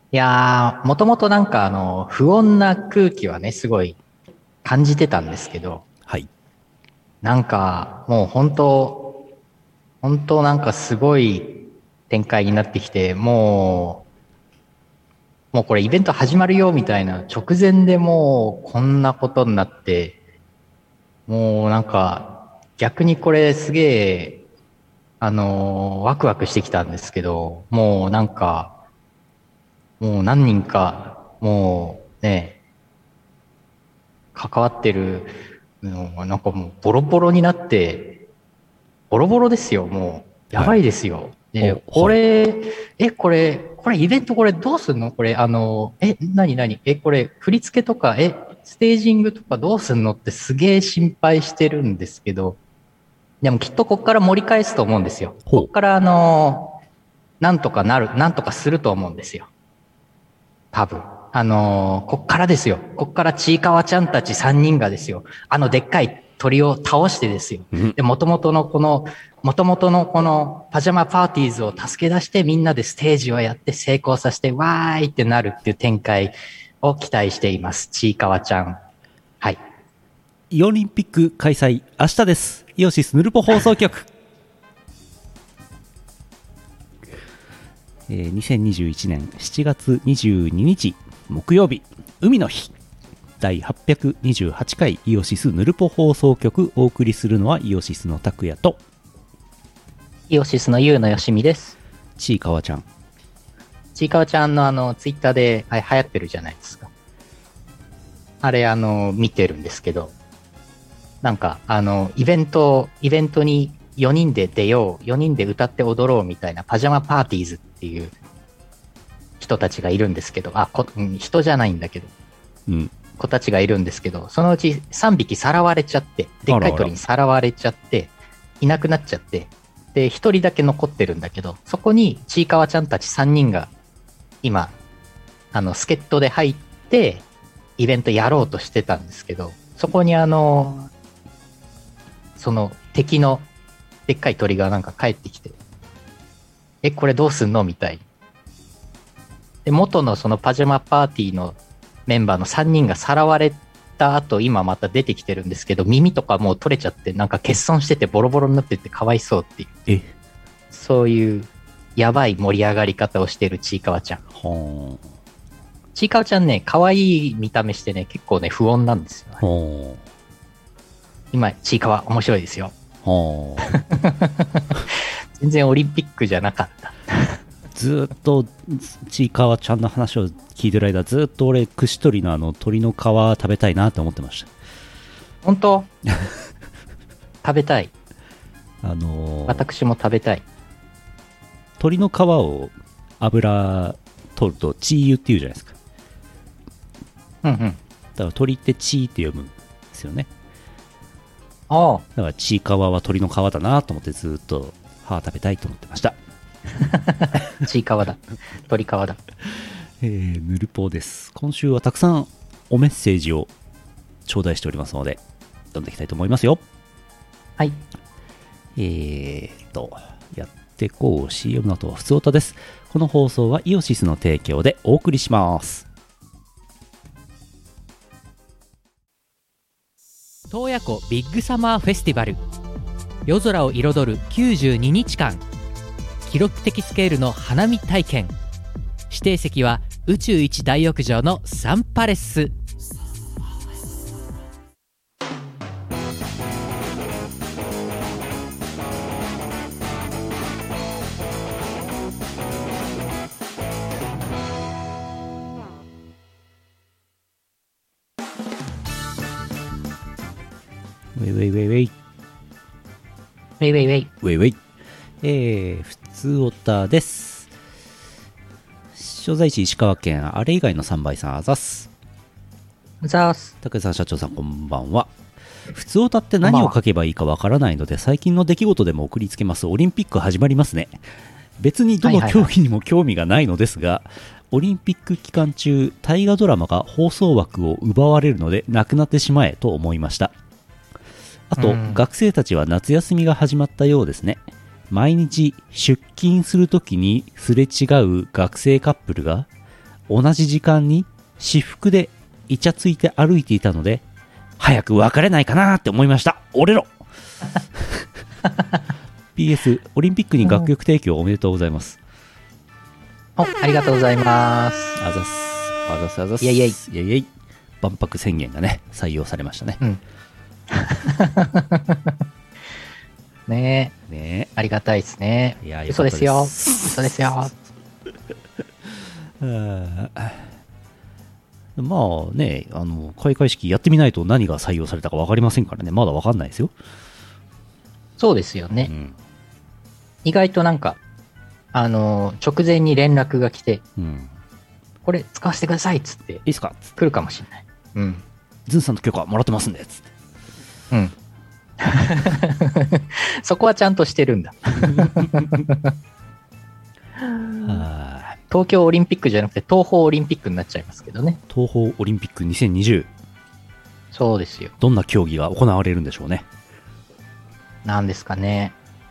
いやー、もともとなんか不穏な空気はね、すごい感じてたんですけど、 はい。 なんかもう本当なんかすごい展開になってきて、もうこれイベント始まるよみたいな直前でもうこんなことになって、もうなんか逆にこれすげえ、ワクワクしてきたんですけど、もうなんか、もう何人か、もうね、関わってるのがなんかもうボロボロになって、ボロボロですよ、もう。やはい。 ばいですよ。で、 お、はい。 これイベントこれどうすんのこれ、何これ振り付けとか、ステージングとかどうすんのってすげえ心配してるんですけど、でもきっとこっから盛り返すと思うんですよ。こほう。 っからなんとかすると思うんですよ。多分。こっからですよ。こっからちいかわちゃんたち3人がですよ。でっかい鳥を倒してですよ。 うん。 で、元々のこのパジャマパーティーズを助け出してみんなでステージをやって成功させてわーいってなるっていう展開を期待しています。ちいかわちゃん。はい。 イオリンピック開催、明日です。イオシスヌルポ放送局。2021年7月22日、木曜日、海の日。第828回イオシスヌルポ放送局、お送りするのはイオシスの拓也とイオシスのゆうのよしみです。 ちいかわちゃん。 ちいかわちゃんのツイッターで流行ってるじゃないですか。あれ見てるんですけど、なんか、イベントに4人で出よう、4人で歌って踊ろうみたいなパジャマパーティーズっていう人たちがいるんですけど、人じゃないんだけど、 うん。 子たちがいるんですけど、そのうち3匹さらわれちゃって、でっかいあらあら。 鳥にさらわれちゃって、いなくなっちゃって、で、1人だけ残ってるんだけど、そこにちいかわちゃんたち3人が今、助っ人で入って、イベントやろうとしてたんですけど、そこにその敵のでっかい鳥がなんか帰ってきて、これどうすんのみたい。で、元のそのパジャマパーティーのメンバーの3人がさらわれた後、今また出てきてるんですけど、耳とかもう取れちゃって、なんか欠損しててボロボロになっててかわいそうっていう、 え、 そういうやばい盛り上がり方をしてるちいかわちゃん。 ほー。 ちいかわちゃんね、可愛い見た目してね、結構ね、不穏なんですよね。 ほ今、ちいかわ面白いですよ。 ー。ほー。 全然オリンピックじゃなかった。 ずーっとちいかわちゃんの話を聞いてる間、ずーっと俺串取りの鳥の皮食べたいなって思ってました。 本当食べたい。 あのー私も食べたい。 鳥の皮を油取るとチー油っていうじゃないですか。 うんうん。 だから鳥ってチーって読むんですよね。 あだからちいかわは鳥の皮だなと思ってずーっと食べたいと思ってました。 あ、ちいかわだ。鳥皮だ。 ヌルポです。今週はたくさんおメッセージを頂戴しておりますので読んでいきたいと思いますよ。 はい。 やってこう。 CM の後はふつおたです。この放送はイオシスの提供でお送りします。 洞爺湖ビッグサマーフェスティバル、夜空を彩る92日間、記録的スケールの花見体験。指定席は宇宙一大浴場のサンパレス。 ウェイウェイウェイウェイウェイウェイウェイ。 ウェイウェイ。ふつおたです。所在地石川県、あれ以外の3倍さん、あざす。 ざーす。 竹さん社長さん、こんばんは。ふつおたって何を書けばいいかわからないので、最近の出来事でも送りつけます。オリンピック始まりますね。別にどの競技にも興味がないのですが、オリンピック期間中、大河ドラマが放送枠を奪われるのでなくなってしまえと思いました。あと、学生たちは夏休みが始まったようですね。毎日出勤するときにすれ違う学生カップルが同じ時間に私服でイチャついて歩いていたので、早く別れないかなって思いました。折れろPS オリンピックに楽曲提供おめでとうございます。 ありがとうございます。 あざすあざすあざす。 イエイイエイイエイイエイ。万博宣言がね採用されましたね。 ねえ、 ねありがたいですね。 え。いや嘘ですよ。嘘ですよ。 まあね、開会式やってみないと何が採用されたか分かりませんからね、まだ分かんないですよ。 そうですよね。 うん。 意外となんか、直前に連絡が来て、 うん。 これ使わせてくださいっつっていいっすかっつって来るかもしれない。うん。 ズンさんの許可もらってますんでっつって。 うん。そこはちゃんとしてるんだ。 は東京オリンピックじゃなくて東方オリンピックになっちゃいますけどね。 東方オリンピック2020、 そうですよ。 どんな競技が行われるんでしょうね。 なんですかね。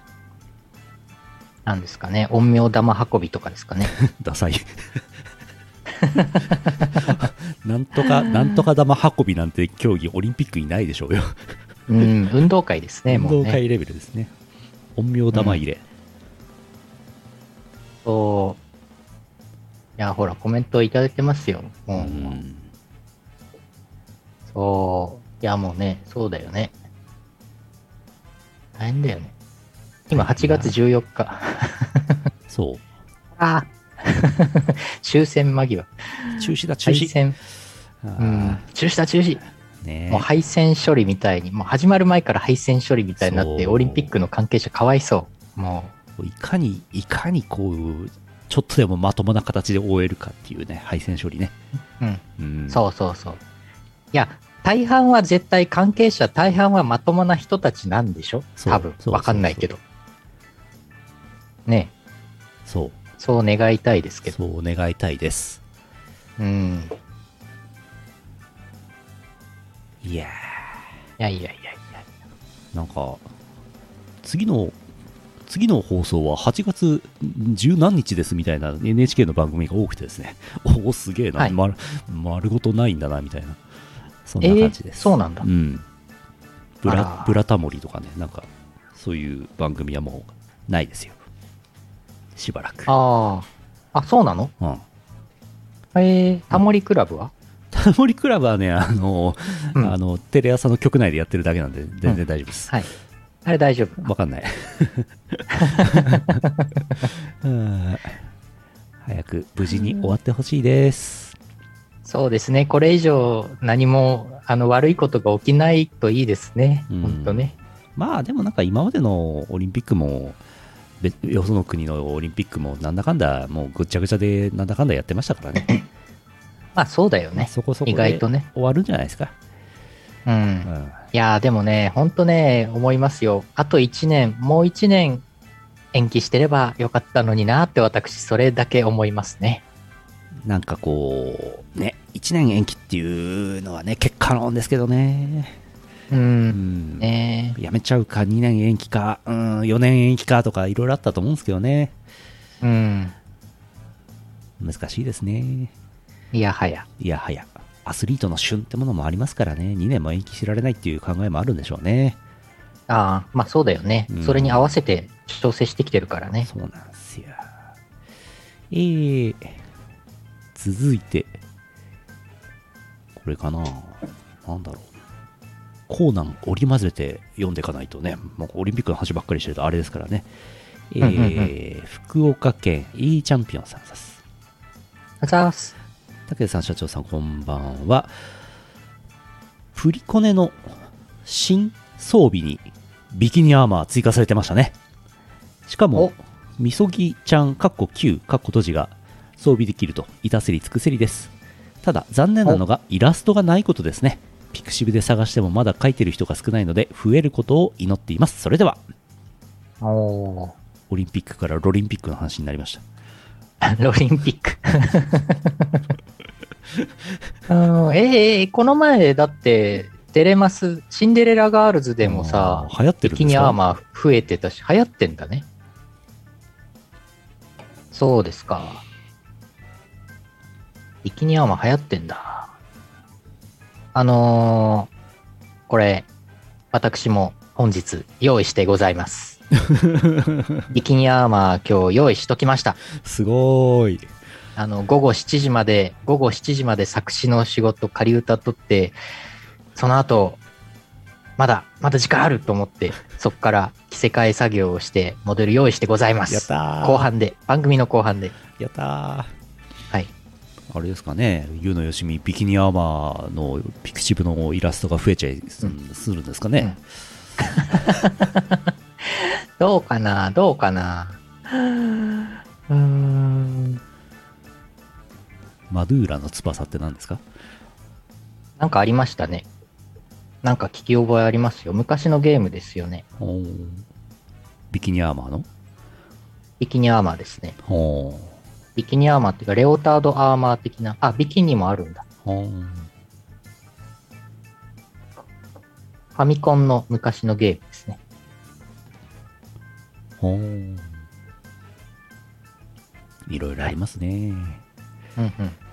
なんですかね。陰陽玉運びとかですかね。 ダサいなんとか玉運びなんて競技オリンピックにないでしょうよ。 うん、運動会ですね、 運もうね。 動会レベルですね。陰陽玉入れ、 そう。いや、ほら、コメントいただいてますよ。もう、 うんそう。いや、もうね、そうだよね。大変だよね。今、8月14日。 そうああ。終戦間際。 中止だ中止。 敗戦。 あーうん。中止だ中止。 ねえもう敗戦処理みたいに、もう始まる前から敗戦処理みたいになって、 そうオリンピックの関係者かわいそう。もいかにこうちょっとでもまともな形で終えるかっていうね、敗戦処理ね。 う。うん。 うん、 そうそうそう。いや、大半は絶対関係者、大半はまともな人たちなんでしょそう多分。 そうわかんないけど。ねそうそう願いたいですけど。 そう願いたいです。 うん。 いやいやいやいやいー、なんか次の放送は8月十何日ですみたいな NHK の番組が多くてですね、おおすげえな、 はい丸ごとないんだなみたいな、そんな感じです。 そうなんだう。ん。ブあらラタモリとかね、なんかそういう番組はもうないですよ、しばらく。 ああ。あ、そうなの？ うん。 タモリクラブは？ タモリクラブはね、 うんテレ朝の局内でやってるだけなんで全然大丈夫です。 はい。あれ大丈夫？ わかんない。うん早く無事に終わってほしいです。 そうですね。これ以上何も悪いことが起きないといいですね。 うんほんとね。 まあでもなんか今までのオリンピックもよその国のオリンピックもなんだかんだもうぐっちゃぐちゃでなんだかんだやってましたからね。 まあそうだよまあね。 そこそこで意外とね。 終わるんじゃないですか。 うん。 うんいやーでもね、ほんとね、思いますよ。あと1年、もう1年延期してればよかったのになって私、それだけ思いますね。 なんかこうね1年延期っていうのはね結果論ですけどね。 う。 うんんねやめちゃうか2年延期か、4年延期かとかいろいろあったと思うんですけどね。 うん。 難しいですね。 いやはや。 いやはやアスリートの旬ってものもありますからね、2年も延期しられないっていう考えもあるんでしょうね。 ああ、まあそうだよね。 うんそれに合わせて調整してきてるからね。 そうなんですよ。続いてこれかな、なんだろう、コーナン織り交ぜて読んでいかないとね、もうオリンピックの話ばっかりしてるとあれですからね。 んうんうん福岡県 E チャンピオンさんです。 あざーす。 武さん、社長さん、こんばんは。プリコネの新装備にビキニアーマー追加されてましたね。しかもお、 みそぎちゃん、9、閉じが装備できると、至せり尽くせりです。ただ、残念なのがイラストがないことですね。ピクシブで探してもまだ描いてる人が少ないので、増えることを祈っています。それでは、 おー。 オリンピックからロリンピックの話になりました。 ロリンピック。この前だってテレマスシンデレラガールズでもさ、 流行ってるんビキニアーですか？ マー増えてたし、流行ってんだね。そうですか。 ビキニアーマー流行ってんだ。これ、私も本日用意してございます。ビキニアーマー今日用意しときました。 すごーい。 午後7時まで作詞の仕事仮歌取って、その後、まだ時間あると思って、そこから着せ替え作業をしてモデル用意してございます。 やったー。 後半で、番組の後半で。 やったー。 はい。 あれですかね、ゆうのよしみビキニアーマーのピクチブのイラストが増えちゃいするんですかね。 どうかな。 マドゥーラの翼って何ですか？ なんかありましたね。なんか聞き覚えありますよ。昔のゲームですよね。 ビキニアーマーの？ ビキニアーマーですね。ビキニアーマーっていうか、レオタードアーマー的な。あ、ビキニもあるんだ。ファミコンの昔のゲームですね。 いろいろありますね。 うんうん。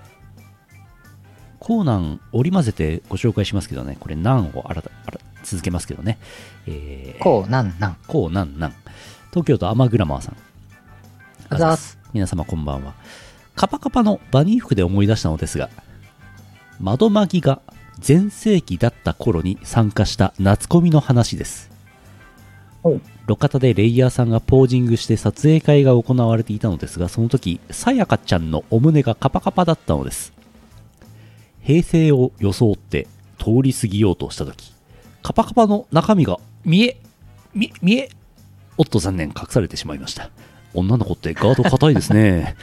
コーナン織り交ぜてご紹介しますけどね、これナンを続けますけどね。 コーナン。 東京都アマグラマーさん。 あざーす。 皆様こんばんは。カパカパのバニー服で思い出したのですが、窓マギが全盛期だった頃に参加した夏コミの話です。路肩でレイヤーさんがポージングして撮影会が行われていたのですが、その時さやかちゃんのお胸がカパカパだったのです。平成を装って通り過ぎようとした時、カパカパの中身が見えおっと残念、隠されてしまいました。女の子ってガード硬いですね。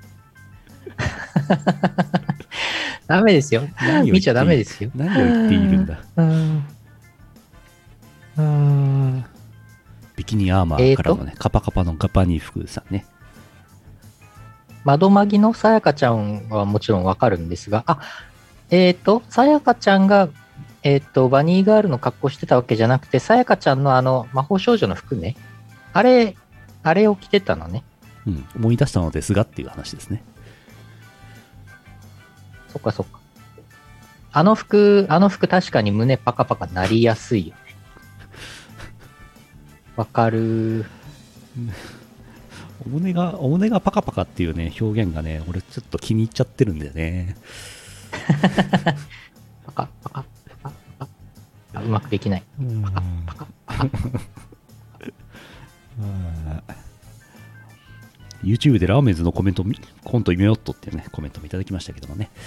ダメですよ。見ちゃダメですよ。 何を言っているんだ。ビキニアーマーからのね、カパカパのガパニー服さんね。 窓マギのさやかちゃんはもちろんわかるんですが、さやかちゃんが、バニーガールの格好してたわけじゃなくて、さやかちゃんの魔法少女の服ね。あれを着てたのね。 思い出したのですがっていう話ですね。 そっか。あの服確かに胸パカパカなりやすいよね。わかる。 お胸がパカパカっていうね、表現がね、俺ちょっと気に入っちゃってるんだよね。 パカうまくできない。パカ YouTube でラーメンズのコント夢よっとっていうね、コメントもいただきましたけどもね。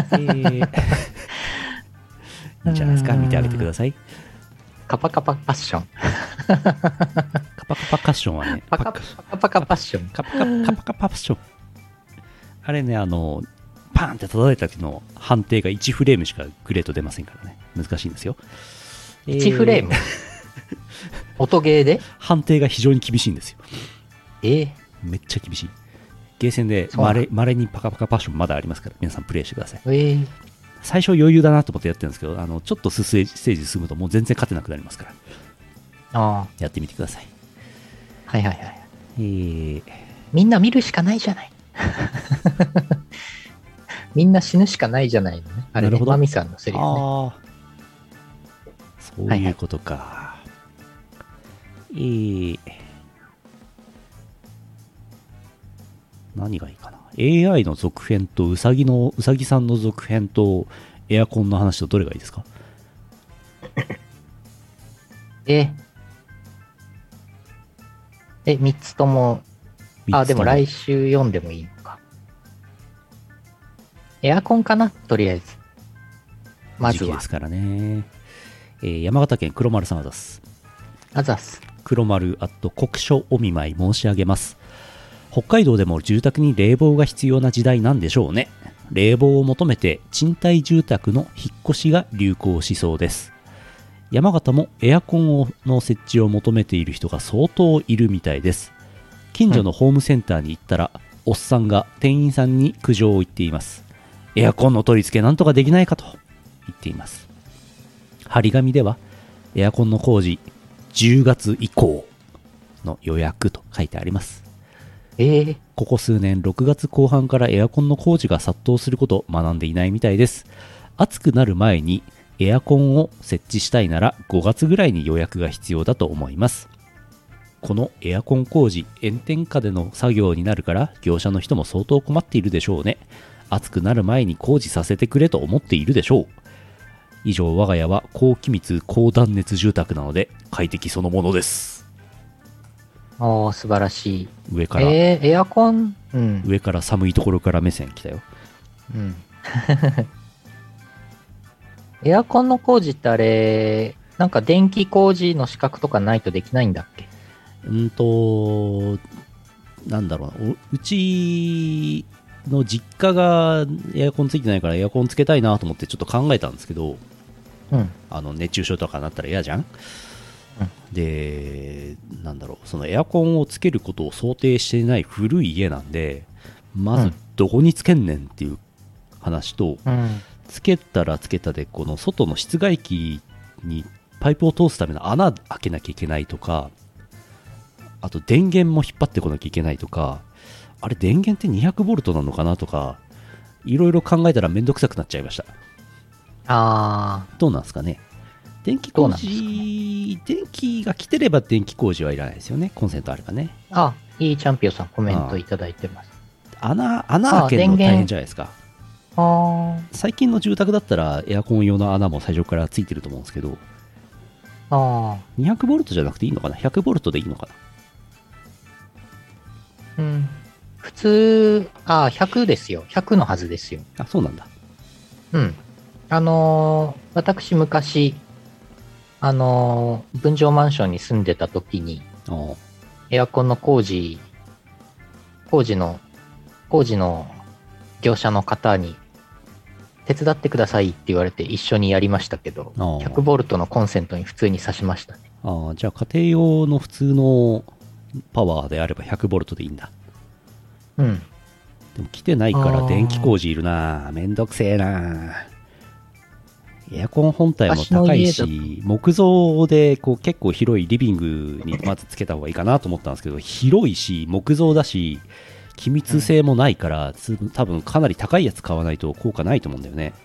いいんじゃないですか、見てあげてください。 カパカパパッション。 カパカパカッションはね、 パカパカパッション。 カパカパッション。あれね、パーンって叩いた時の判定が1フレームしかグレート出ませんからね。難しいんですよ。 1フレーム音ゲーで判定が非常に厳しいんですよ。めっちゃ厳しい。ゲーセンで稀にパカパカパッションまだありますから、皆さんプレイしてください。最初余裕だなと思ってやってるんですけど、ちょっとステージ進むともう全然勝てなくなりますから。やってみてください。 はい。みんな見るしかないじゃない。みんな死ぬしかないじゃないのね。あれね、マミさんのセリフね。 そういうことか。何がいいかな。AI の続編とうさぎさんの続編とエアコンの話とどれがいいですか？ 3つとも。でも来週読んでもいいのか。エアコンかな、とりあえず。まずは。時期ですからね。山形県黒丸さんあざす。黒丸国書お見舞い申し上げます。北海道でも住宅に冷房が必要な時代なんでしょうね。冷房を求めて賃貸住宅の引っ越しが流行しそうです。山形もエアコンの設置を求めている人が相当いるみたいです。近所のホームセンターに行ったら、おっさんが店員さんに苦情を言っています。エアコンの取り付けなんとかできないかと言っています。張り紙ではエアコンの工事10月以降の予約と書いてあります。 ここ数年6月後半からエアコンの工事が殺到することを学んでいないみたいです。暑くなる前にエアコンを設置したいなら5月ぐらいに予約が必要だと思います。このエアコン工事、炎天下での作業になるから業者の人も相当困っているでしょうね。暑くなる前に工事させてくれと思っているでしょう。以上、我が家は高気密高断熱住宅なので快適そのものです。 おー、素晴らしい。 上から、 エアコン、うん。 上から寒いところから目線来たよ。 うん。エアコンの工事ってあれ、なんか電気工事の資格とかないとできないんだっけ？ なんだろうな、うちの実家がエアコンついてないからエアコンつけたいなと思ってちょっと考えたんですけど、 うん。 熱中症とかなったら嫌じゃん。 うん、 で、なんだろう、そのエアコンをつけることを想定していない古い家なんで、まずどこにつけんねんっていう話と、 うん、 つけたらつけたでこの外の室外機にパイプを通すための穴開けなきゃいけないとか、あと電源も引っ張ってこなきゃいけないとか、あれ電源って200ボルトなのかなとか、いろいろ考えたらめんどくさくなっちゃいました。どうなんですかね。電気工事、電気が来てれば電気工事はいらないですよね。コンセントあればね。 いいチャンピオンさんコメントいただいてます。 穴開けるの大変じゃないですか。最近の住宅だったらエアコン用の穴も最初からついてると思うんですけど、200ボルトじゃなくていいのかな。100ボルトでいいのかな。うん。普通、100ですよ。100のはずですよ。 そうなんだ。 うん。私昔、分譲マンションに住んでた時に、エアコンの工事の業者の方に、手伝ってくださいって言われて一緒にやりましたけど、100ボルトのコンセントに普通に挿しましたね。 じゃあ家庭用の普通のパワーであれば100ボルトでいいんだ。 うん。 でも来てないから電気工事いるな。めんどくせえな。エアコン本体も高いし、木造でこう結構広いリビングにまずつけた方がいいかなと思ったんですけど、広いし木造だし気密性もないから、多分かなり高いやつ買わないと効果ないと思うんだよね。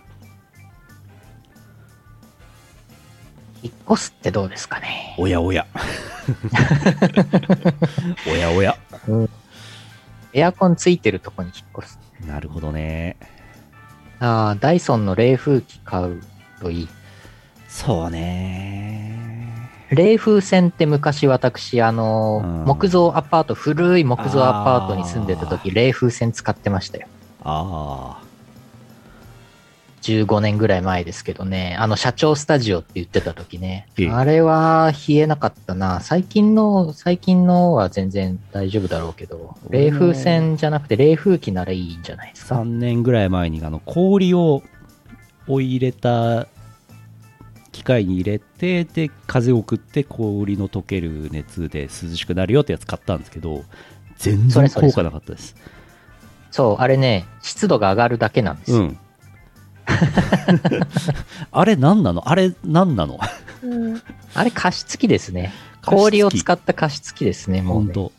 引っ越すってどうですかね。 おやおやおやおや、 エアコンついてるとこに引っ越す。 なるほどね。 ダイソンの冷風機買うといい。 そうね。 冷風扇って昔私木造アパート、古い木造アパートに住んでた時冷風扇使ってましたよ。15年ぐらい前ですけどね。社長スタジオって言ってた時ね。あれは冷えなかったな。最近のは全然大丈夫だろうけど、冷風扇じゃなくて冷風機ならいいんじゃないですか。 3年ぐらい前に氷を入れた機械に入れて、で風を送って氷の溶ける熱で涼しくなるよってやつ買ったんですけど、全然効果なかったです。 そう、あれね、湿度が上がるだけなんですよ。 あれ何なの？あれ加湿器ですね。氷を使った加湿器ですね。もうね。 ほんと。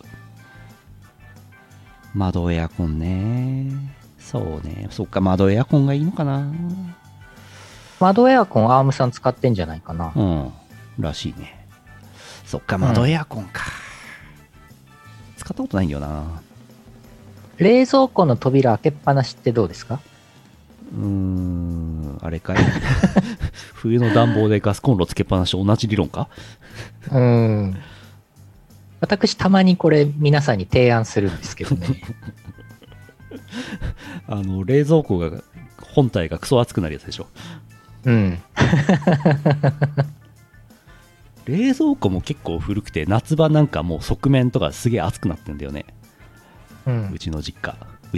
窓エアコンね。そうね。そっか、窓エアコンがいいのかな。 窓エアコンアームさん使ってんじゃないかな。 らしいね。そっか、窓エアコンか。使ったことないんだよな。 冷蔵庫の扉開けっぱなしってどうですか？ あれかい冬の暖房でガスコンロつけっぱなしと同じ理論か。 私たまにこれ皆さんに提案するんですけどね冷蔵庫が本体がクソ熱くなるやつでしょ。冷蔵庫も結構古くて夏場なんかもう側面とかすげえ熱くなってんだよね。うちの実家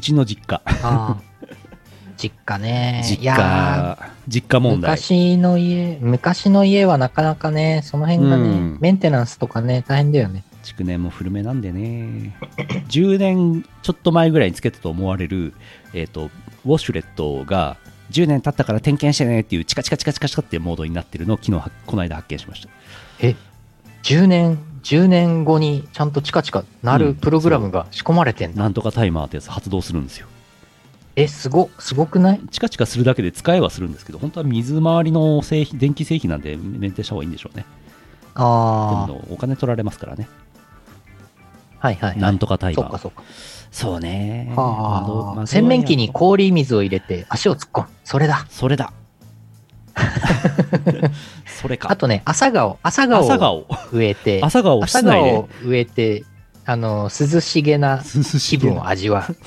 実家ね。 実家問題。 昔の家はなかなかね、その辺がね、メンテナンスとかね、大変だよね。 築年も古めなんでね。10年ちょっと前ぐらいにつけたと思われる、ウォシュレットが10年経ったから点検してねっていうチカチカチカチカチカっていうモードになってるのをこの間発見しました。 10年 10年後にちゃんとチカチカなるプログラムが仕込まれてんだ。 なんとかタイマーってやつ発動するんですよ。 すごくない？ チカチカするだけで使えはするんですけど、本当は水回りの電気製品なんでメンテした方がいいんでしょうね。 ああ。 でもお金取られますからね。 はいはい、はい。 なんとかタイマー。 そうかそうか。 そうね。 はあ。洗面器に氷水を入れて足を突っ込む。それだ。 それだ。それか。 あとね、朝顔を植えて、 朝顔を室内で植えて、涼しげな気分を味わう。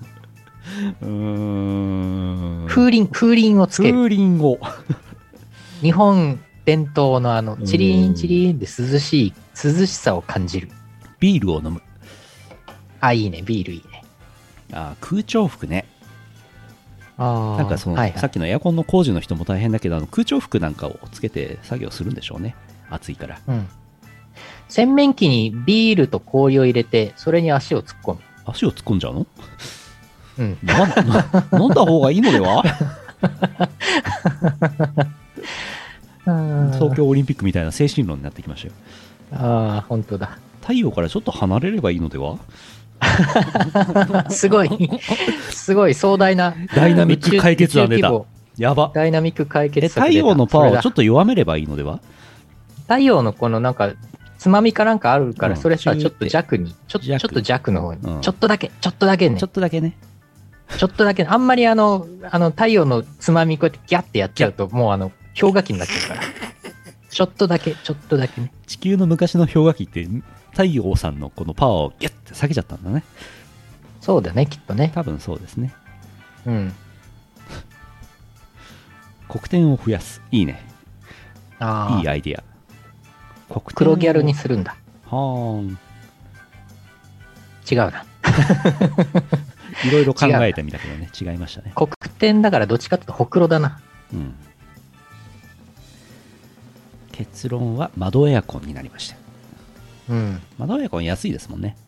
風鈴をつける。 風鈴を。 日本伝統のチリーンチリーンで涼しさを感じる。 ビールを飲む。 いいね、ビールいいね。 空調服ね。なんかはいはい、 さっきのエアコンの工事の人も大変だけど、空調服なんかをつけて作業するんでしょうね。暑いから。 うん。洗面器にビールと氷を入れて、それに足を突っ込む。 足を突っ込んじゃうの？ うん。 飲んだ方がいいのでは？東京オリンピックみたいな精神論になってきましたよ。 本当だ。 太陽からちょっと離れればいいのでは？ すごい壮大なダイナミック解決案出た。やば。 ダイナミック解決策太陽のパワーをちょっと弱めればいいのでは？ 太陽のこのなんかつまみかなんかあるから、それさちょっと弱にちょっと弱の方に、ちょっとだけね。 ちょっとだけね。 あんまり太陽のつまみこうやってギャッてやっちゃうともう氷河期になっちゃうから。ちょっとだけね。 地球の昔の氷河期って太陽さんのこのパワーをギュッて下げちゃったんだね。 そうだね、きっとね。 多分そうですね。 うん。 黒点を増やす。いいね。いいアイディア。 黒ギャルにするんだ。 はーん。 違うな。 いろいろ考えてみたけどね、違いましたね。 黒点だからどっちかっていうとほくろだな。 うん。結論は窓エアコンになりました。 うん。 窓エアコン安いですもんね。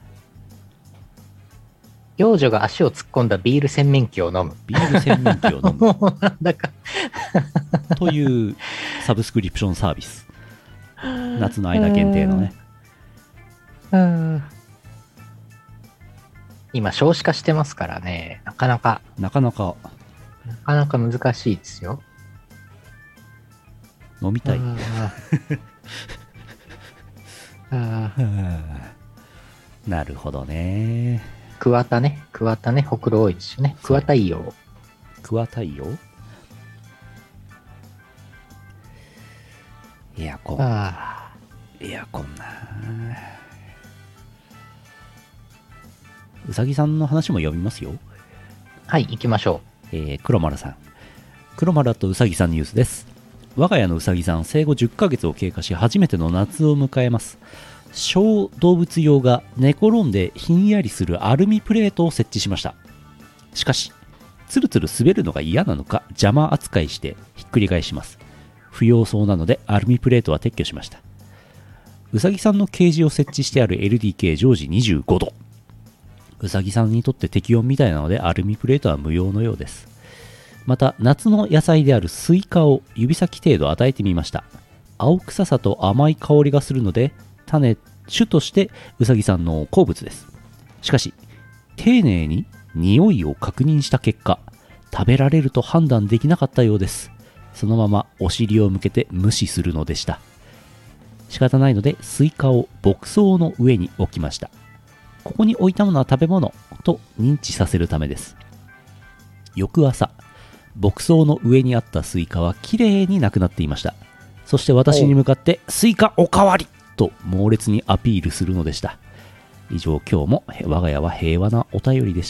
幼女が足を突っ込んだビール洗面器を飲む。 ビール洗面器を飲む。 なんだかというサブスクリプションサービス。夏の間限定のね。 今少子化してますからね、なかなか難しいですよ。 飲みたい。なるほどね。 桑田ね、ほくろ多いですよね。桑田いいよ。 エアコンな。うさぎさんの話も読みますよ。 はい、行きましょう。黒丸さん。黒丸とうさぎさんニュースです。我が家のうさぎさん、生後10ヶ月を経過し、初めての夏を迎えます。小動物用が寝転んでひんやりするアルミプレートを設置しました。しかし、つるつる滑るのが嫌なのか邪魔扱いしてひっくり返します。不要そうなのでアルミプレートは撤去しました。うさぎさんのケージを設置してある LDK 常時25度。うさぎさんにとって適温みたいなのでアルミプレートは無用のようです。また夏の野菜であるスイカを指先程度与えてみました。青臭さと甘い香りがするので種としてうさぎさんの好物です。しかし丁寧に匂いを確認した結果、食べられると判断できなかったようです。そのままお尻を向けて無視するのでした。仕方ないのでスイカを牧草の上に置きました。ここに置いたものは食べ物と認知させるためです。翌朝、牧草の上にあったスイカはきれいになくなっていました。そして私に向かってスイカおかわりと猛烈にアピールするのでした。以上、今日も我が家は平和なお便りでした。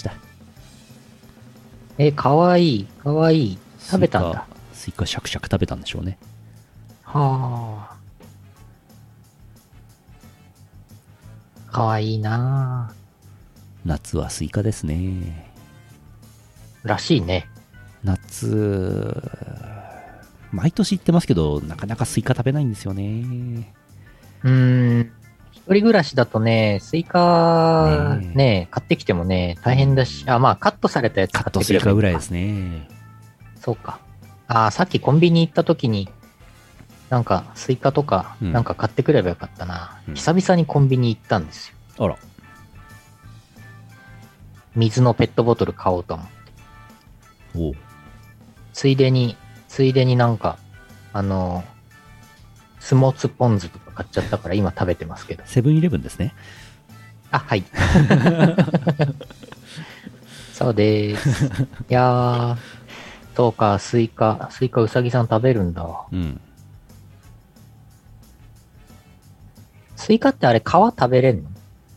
かわいい食べたんだ。 スイカシャクシャク食べたんでしょうね。 はあ、かわいいな。 夏はスイカですね。 らしいね。 夏毎年言ってますけど、なかなかスイカ食べないんですよね。 一人暮らしだとね、スイカね、買ってきてもね、大変だし、まあカットされたやつ買ってくればいい。カットスイカぐらいですね。 そうか。さっきコンビニ行った時に、 なんかスイカとかうんなんか買ってくればよかったな。 うん久々にコンビニ行ったんですよ。 あら。 水のペットボトル買おうと思って。 おう。 ついでになんか、スモーツポン酢とか買っちゃったから今食べてますけど。 セブンイレブンですね。 あ、はい。そうでーす。いやー、そうか、スイカうさぎさん食べるんだ。 うん。 スイカってあれ皮食べれんの？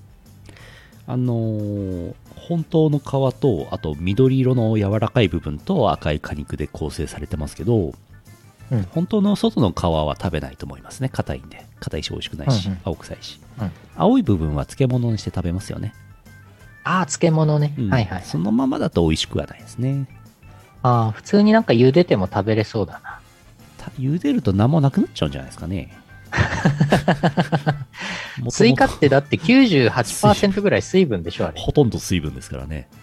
本当の皮と、あと緑色の柔らかい部分と赤い果肉で構成されてますけど、 うん本当の外の皮は食べないと思いますね。硬いんで。硬いし美味しくないし、 うんうん青臭いし。 うん。 青い部分は漬物にして食べますよね。 あー、漬物ね。 うんはいはい。 そのままだと美味しくはないですね。 あー、普通になんか茹でても食べれそうだな。 茹でると何もなくなっちゃうんじゃないですかね。もともとスイカってだって 98% ぐらい水分でしょ、あれ。 ほとんど水分ですからね。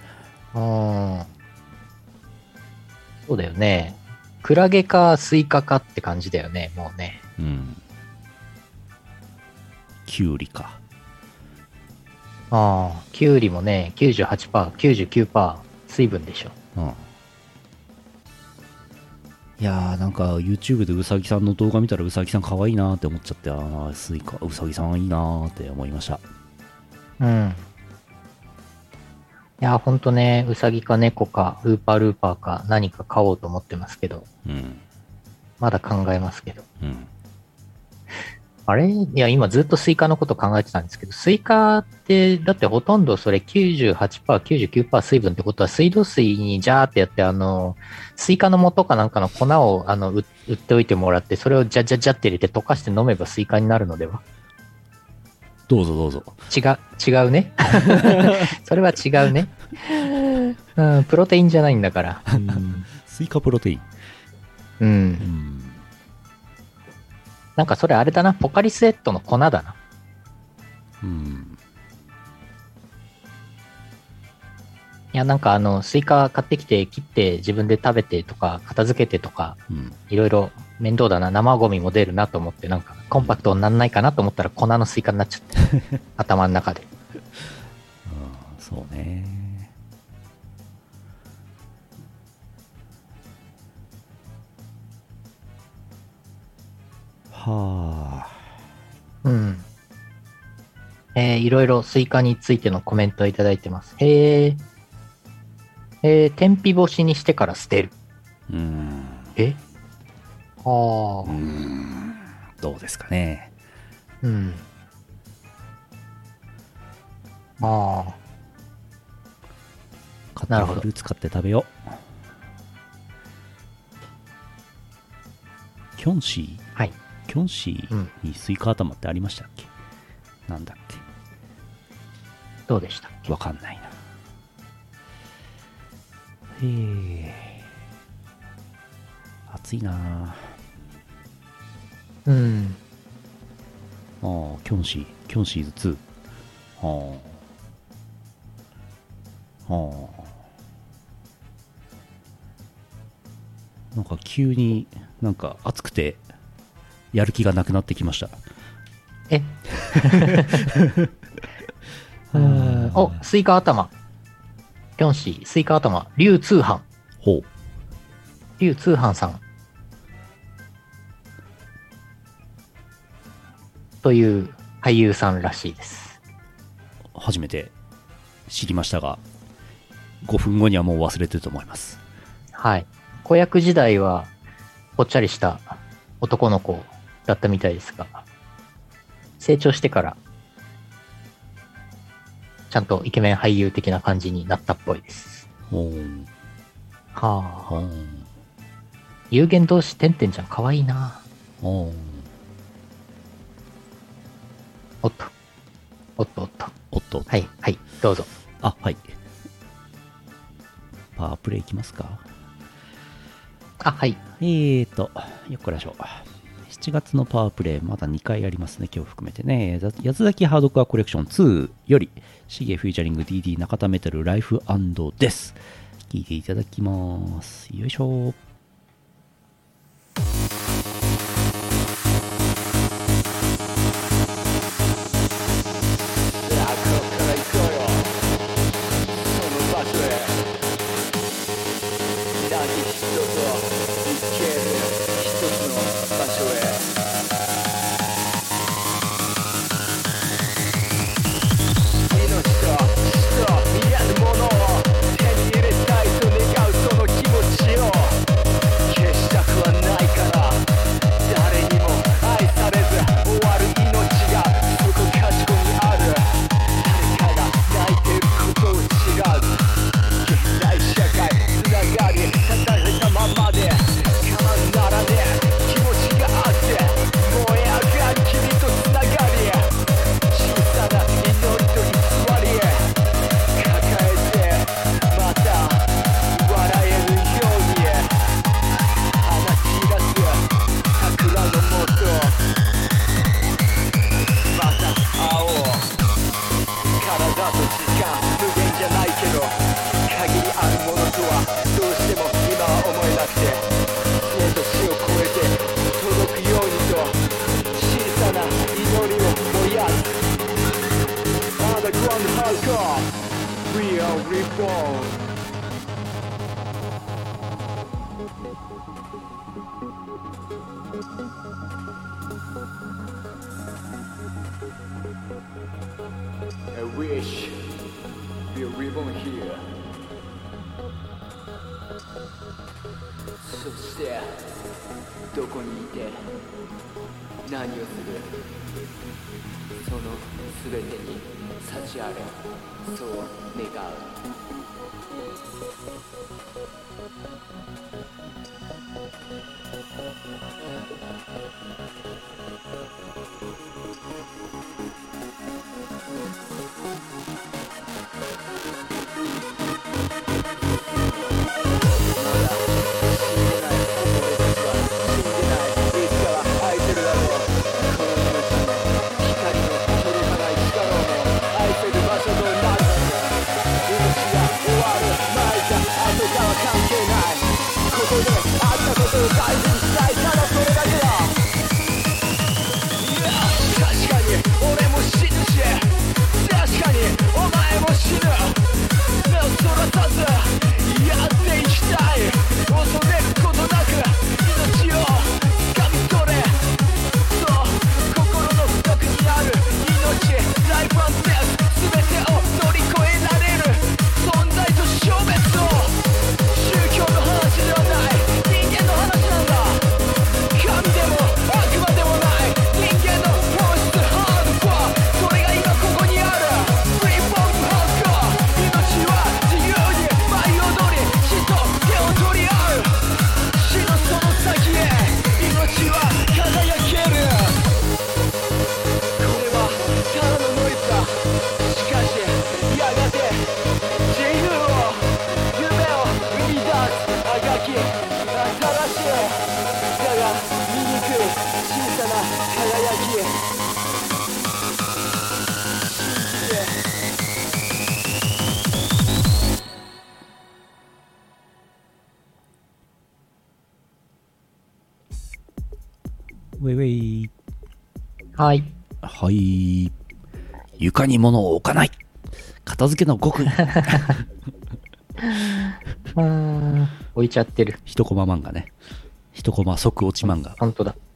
そうだよね。クラゲかスイカかって感じだよね、もうね。 うん。きゅうりか。 ああ、キュウリもね、98%、99%水分でしょ。 うん。いやー、なんか YouTube でうさぎさんの動画見たらうさぎさん可愛いなーって思っちゃって、あースイカ、うさぎさんいいなーって思いました。 うん。いや、ほんとね、ウサギか猫か、ウーパールーパーか何か買おうと思ってますけど、 うん。 まだ考えますけど。 うん。 あれいや、今ずっとスイカのこと考えてたんですけど、スイカって、だってほとんどそれ98%、99%水分ってことは、水道水にジャーってやって、スイカの素かなんかの粉を、売っておいてもらって、それをジャジャジャって入れて溶かして飲めばスイカになるのでは？ どうぞどうぞ。 違うね。それは違うね。うん、プロテインじゃないんだから。 スイカプロテイン。 うん。 うん。 なんかそれあれだな、ポカリスエットの粉だな。 うん。 いや、なんかスイカ買ってきて切って自分で食べてとか、片付けてとか、 うん。 いろいろ面倒だな、生ゴミも出るなと思って、なんかコンパクトになんないかなと思ったら粉のスイカになっちゃって、頭の中で。 そうね。はあ。 うん。いろいろスイカについてのコメントをいただいてます。天日干しにしてから捨てる。えはあ。 どうですかね。 うん。ああ。なるほどフルーツ買って食べよう。キョンシーはい。 キョンシーにスイカ頭ってありましたっけ？なんだっどうでした？ け？わかんないな。へえ。暑いなあ。 うん。 ああ、キョンシーズ2。はあ。はあ。なんか急になんか暑くてやる気がなくなってきました。 えお、スイカ頭。キョンシー、スイカ頭、劉通販。 ほう。 劉通販さん。という俳優さんらしいです。 初めて知りましたが、5分後にはもう忘れてると思います。 はい。子役時代は、ぽっちゃりした男の子だったみたいですが、成長してから、ちゃんとイケメン俳優的な感じになったっぽいです。 ほう。 はあ。 ほう。 有限同士てんてんちゃんかわいいな。 ほう。 おっと。おっとおっと。 おっと。 はい、はい、どうぞ。 あ、はい。パワープレイいきますか。 あ、はい。 よっこらしょ。7月のパワープレイ、まだ2回ありますね、今日含めてね。八つ崎ハードコアコレクション2より、シゲフューチャリング DD 中田メタルライフ&です。聞いていただきます。よいしょ。 ウェイウェイ。 はい。 はい。床に物を置かない。片付けの極意。 置いちゃってる。 一コマ漫画ね。一コマ即落ち漫画。 本当だ。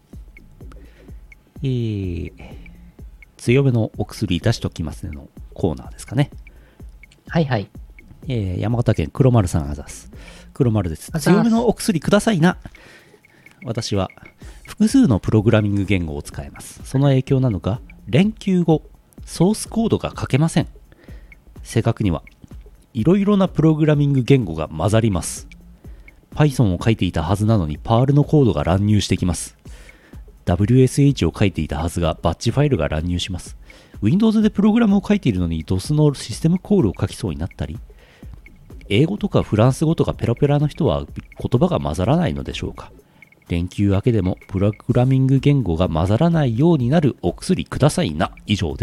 強めのお薬出しときますねのコーナーですかね。 はいはい。 山形県黒丸さんあざす。黒丸です。強めのお薬くださいな。私は複数のプログラミング言語を使えます。その影響なのか、連休後、ソースコードが書けません。正確には、いろいろなプログラミング言語が混ざります。Python を書いていたはずなのに Perl のコードが乱入してきます。WSH を書いていたはずがバッチファイルが乱入します。Windows でプログラムを書いているのに DOS のシステムコールを書きそうになったり、英語とかフランス語とかペラペラの人は言葉が混ざらないのでしょうか。連休明けでもプログラミング言語が混ざらないようになるお薬くださいな。以上です。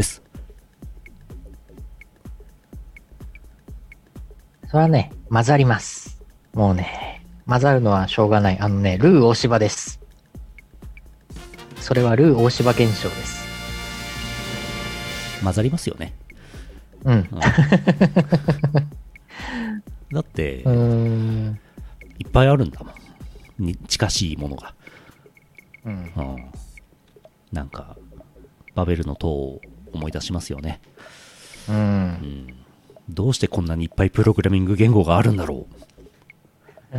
それはね、混ざります。もうね、混ざるのはしょうがない。ルー大柴です。それはルー大柴現象です。 混ざりますよね。 うん。 だって、 いっぱいあるんだもん。に近しいものが。 うん。 うん。なんか、バベルの塔を思い出しますよね。 うん。 どうしてこんなにいっぱいプログラミング言語があるんだろう。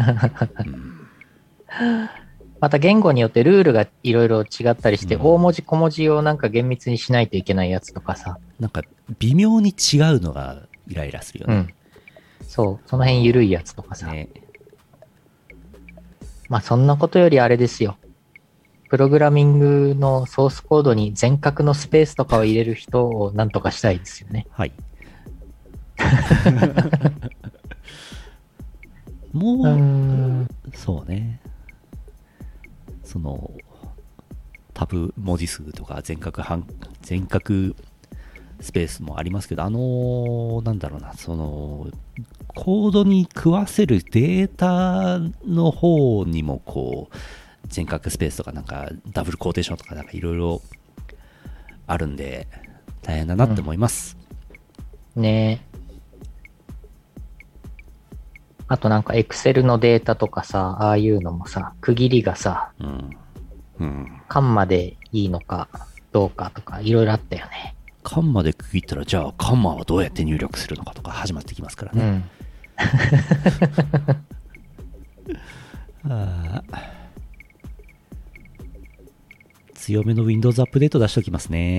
また言語によってルールがいろいろ違ったりして、 うん大文字小文字をなんか厳密にしないといけないやつとかさ。 なんか、微妙に違うのがイライラするよね。 うん。そう。その辺緩いやつとかさ。 ね。 まあそんなことよりあれですよ。プログラミングのソースコードに全角のスペースとかを入れる人をなんとかしたいですよね。 はい。もう、そうね。その、タブ文字数とか全角スペースもありますけど、なんだろうな、その、コードに食わせるデータの方にもこう、全角スペースとかなんかダブルコーテーションとかなんかいろいろあるんで、大変だなって思います。 ねえ。あとなんか Excel のデータとかさ、ああいうのもさ、区切りがさ、 うん。うん。 カンマでいいのかどうかとかいろいろあったよね。 カンマで区切ったら、じゃあカンマはどうやって入力するのかとか始まってきますからね。 うん。 あー強めの Windows アップデート出しときますね。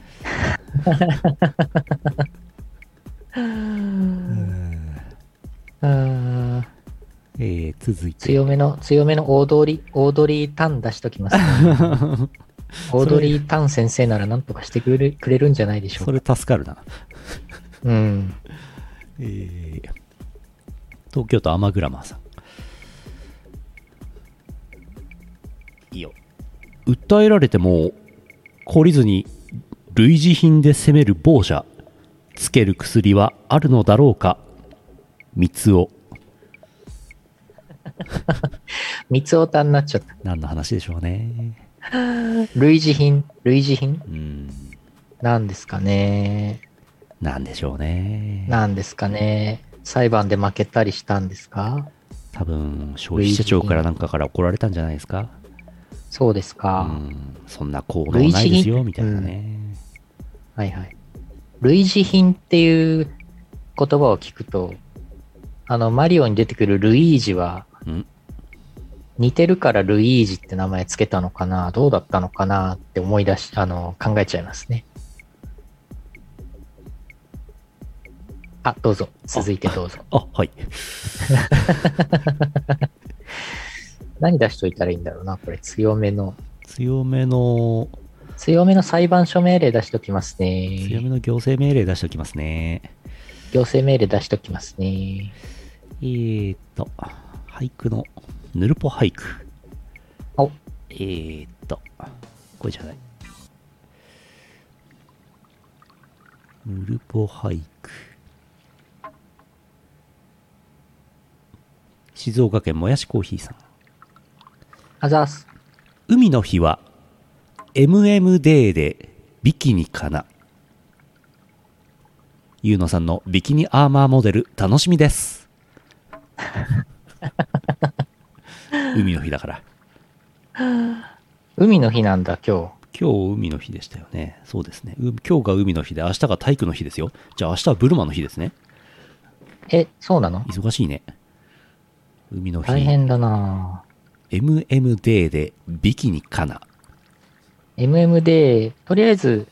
続いて。 強めのオードリータン出しときます、ね。オードリータン先生なら何とかしてくれるんじゃないでしょうか。 それ助かるな。 うん。 東京都アマグラマーさん。いいよ。訴えられても懲りずに類似品で攻める亡者、つける薬はあるのだろうか。三つお。 三つおたになっちゃった。 何の話でしょうね。 類似品なんですかね。 なんでしょうね。 なんですかね。裁判で負けたりしたんですか？ 多分消費者庁からなんかから怒られたんじゃないですか。 そうですか。 そんな効能ないですよみたいなね。 はいはい。類似品っていう言葉を聞くと、マリオに出てくるルイージは、似てるからルイージって名前つけたのかな、どうだったのかなって思い出し、考えちゃいますね。あ、どうぞ。続いてどうぞ。 あ、はい。 何出しといたらいいんだろうな、これ。強めの裁判所命令出しときますね。 強めの行政命令出しときますね。 行政命令出しときますね。 俳句のヌルポ俳句。 お。 これじゃない。ヌルポ俳句。静岡県もやしコーヒーさん。 あざーす。 海の日は MMD でビキニかな。ゆうのさんのビキニアーマーモデル楽しみです。海の日だから。 海の日なんだ、今日海の日でしたよね。そうですね。今日が海の日で、明日が体育の日ですよ。じゃあ明日はブルマの日ですね。 そうなの？ 忙しいね。海の日。 大変だなぁ。 MMD でビキニかな。 MMD、とりあえず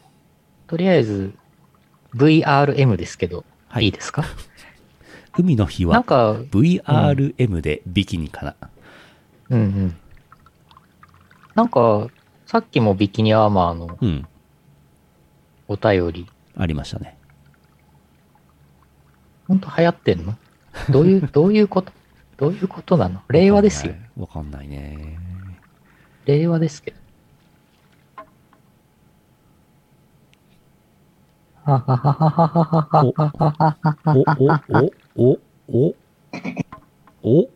VRM ですけど、はい、いいですか？ 海の日は VRM でビキニかな。 うんうん。なんか、さっきもビキニアーマーのお便り、 ありましたね。 ほんと流行ってんの？どういうことなの？令和ですよ。 わかんないね。 令和ですけど。ははははははは。 お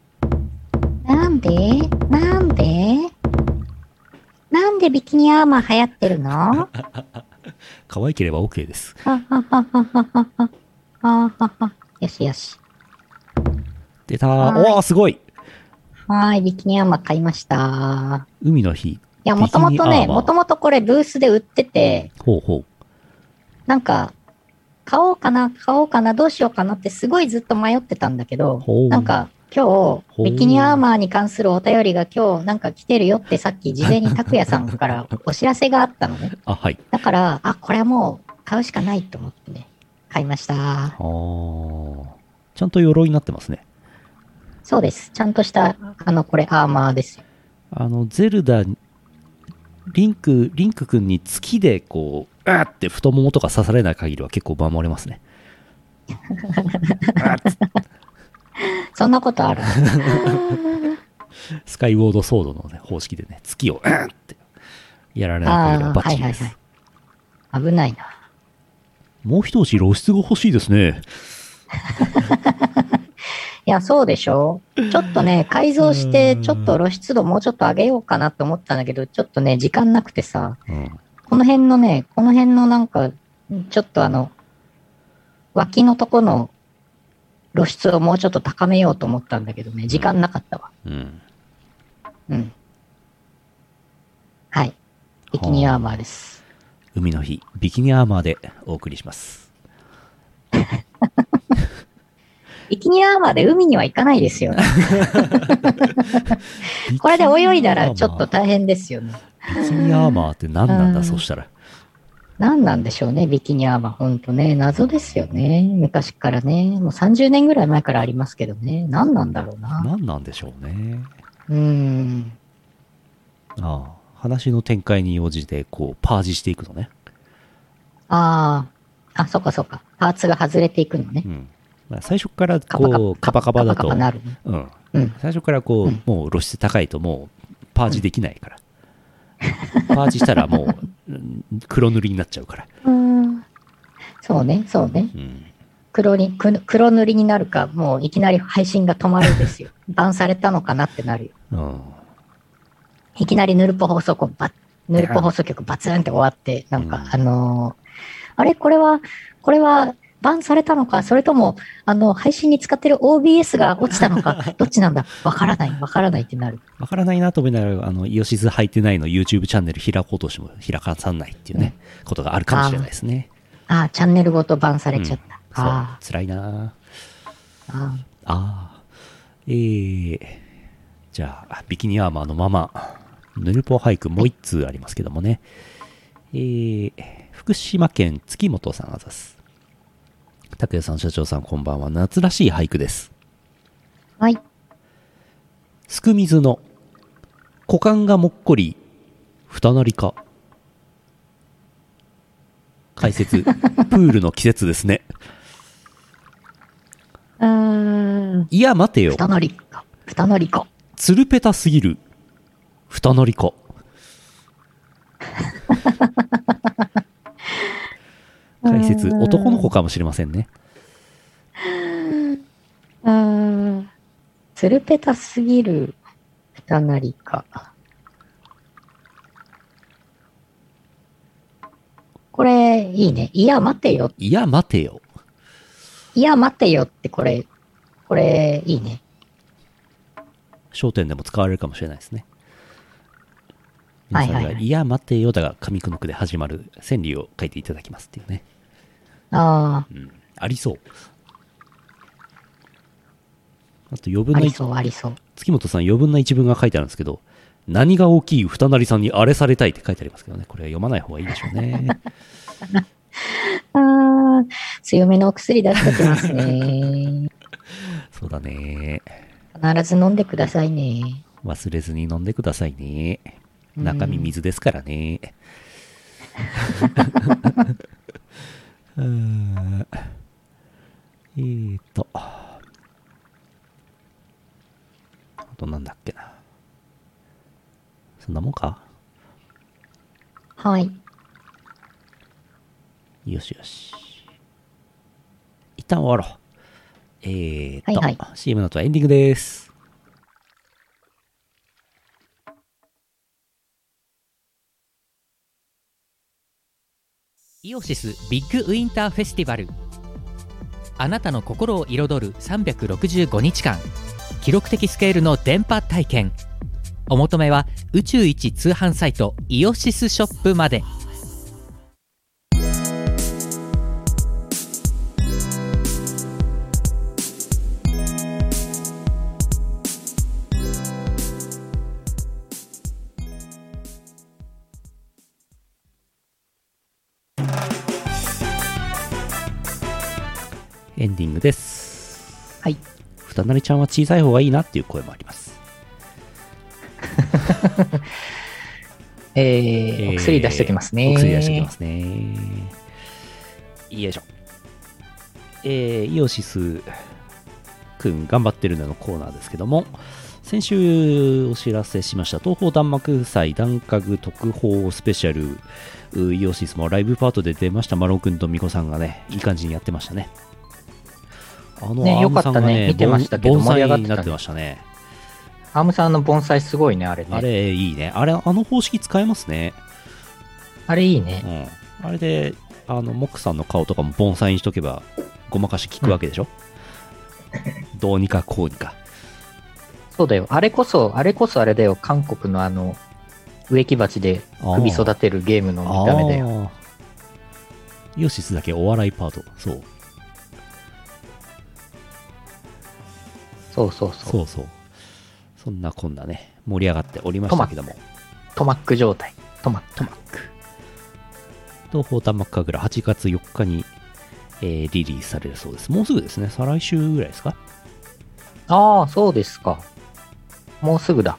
なんでビキニアーマー流行ってるの？ 可愛ければ OK です。 よしよし。 出たー。おー、すごい。 はい、ビキニアーマー買いました。 海の日。 いや、もともとね、 ビキニアーマーもともとこれブースで売ってて、 ほうほう。 なんか、買おうかな、どうしようかなってすごいずっと迷ってたんだけどほう、 なんか今ほう日、ビキニアーマーに関するお便りが今日なんか来てるよってさっき事前に拓也さんからお知らせがあったのね。 あ、はい。 だから、あ、これはもう買うしかないと思ってね、買いました。 あー。ちゃんと鎧になってますね。 そうです。ちゃんとした、これアーマーですよ。 ゼルダ、リンクくんに月でこう、あーって太ももとか刺されない限りは結構守れますね。 そんなことある。 スカイウォードソードの、ね、方式でね、月を、ってやられない限りはバッチリです。 はいはいはい。危ないな。 もう一押し露出が欲しいですね。 いや、そうでしょ？ちょっとね、改造して、ちょっと露出度もうちょっと上げようかなと思ったんだけど、ちょっとね、時間なくてさ、この辺のなんか、ちょっと脇のとこの露出をもうちょっと高めようと思ったんだけどね、時間なかったわ。うん。はい。ビキニアーマーです。 海の日、ビキニアーマーでお送りします。 ビキニアーマーで海には行かないですよね。これで泳いだらちょっと大変ですよね。 ビキニアーマーって何なんだ、そしたら。 何なんでしょうね、ビキニアーマー。ほんとね、謎ですよね。昔からね。もう30年ぐらい前からありますけどね。何なんだろうな。 何なんでしょうね。ああ、話の展開に応じて、こう、パージしていくのね。 あ、そっかそっか。パーツが外れていくのね。 まあ、最初からこう、カバカバだと、 なるね。 最初からこう、もう露出高いともう、パージできないから。パージしたらもう、黒塗りになっちゃうから。 そうね。黒塗りになるか、もういきなり配信が止まるんですよ。バンされたのかなってなるよ。いきなりヌルポ放送局バツンって終わって、なんか、あれこれは、バンされたのか、それとも、配信に使ってる OBS が落ちたのか、どっちなんだわからないってなる。 わからないなと思いながら、イオシス履いてないの YouTube チャンネル開こうとしても開かさないっていうね、ことがあるかもしれないですね。 チャンネルごとバンされちゃった。 そう、辛いなじゃあ、ビキニアーマーのまま、ヌルポ俳句もう一通ありますけどもね。福島県月本さんあざす。拓也さん、社長さん、こんばんは。夏らしい俳句です。 はい。 すく水の股間がもっこり二なりか。解説。プールの季節ですね。いや待てよ。 二なりか。 つるぺたすぎる二なりか。解説、男の子かもしれませんね。 つるぺたすぎる二なりか。これ、いいね。いや、待てよ。 いや、待てよ。 いや、待てよってこれ、いいね。 商店でも使われるかもしれないですね。 はい皆さんがいや、待てよだが上九の句で始まる川柳を書いていただきますっていうね。ありそう。あと余分なありそう。 月本さん余分な一文が書いてあるんですけど、何が大きい二なりさんにあれされたいって書いてありますけどね。これは読まない方がいいでしょうね。 強めのお薬出してきますね。 そうだね。 必ず飲んでくださいね。 忘れずに飲んでくださいね。中身水ですからね。あとなんだっけな。そんなもんか？ はい。 よしよし。一旦終わろう。CM の後はエンディングです。 イオシスビッグウィンターフェスティバル。あなたの心を彩る365日間、 記録的スケールの電波体験。お求めは宇宙一通販サイトイオシスショップまで。 エンディングです。 はい。 ふたなりちゃんは小さい方がいいなっていう声もあります。 お薬出しておきますね。 お薬出しておきますね。よいしょ。イオシスくん頑張ってるのコーナーですけども、先週お知らせしました東方弾幕祭ダンカグ特報スペシャル、イオシスもライブパートで出ました。マロンくんとミコさんがね、いい感じにやってましたね。 ね、よかったね。見てましたけど、盛り上がってなってましたね。 アームさんの盆栽すごいね、あれね。 あれいいね。あの方式使えますね。 あれいいね。 あれで、モックさんの顔とかも盆栽にしとけば、ごまかし効くわけでしょ、どうにかこうにか。 そうだよ。あれこそあれだよ。韓国の植木鉢で首育てるゲームの見た目だよ。 イオシスだけお笑いパート。そう。 そうそうそう。 そんなこんなね、盛り上がっておりましたけども。 トマック状態。トマック。 東方弾幕神楽8月4日に、リリースされるそうです。もうすぐですね。再来週ぐらいですか？ ああ、そうですか。もうすぐだ。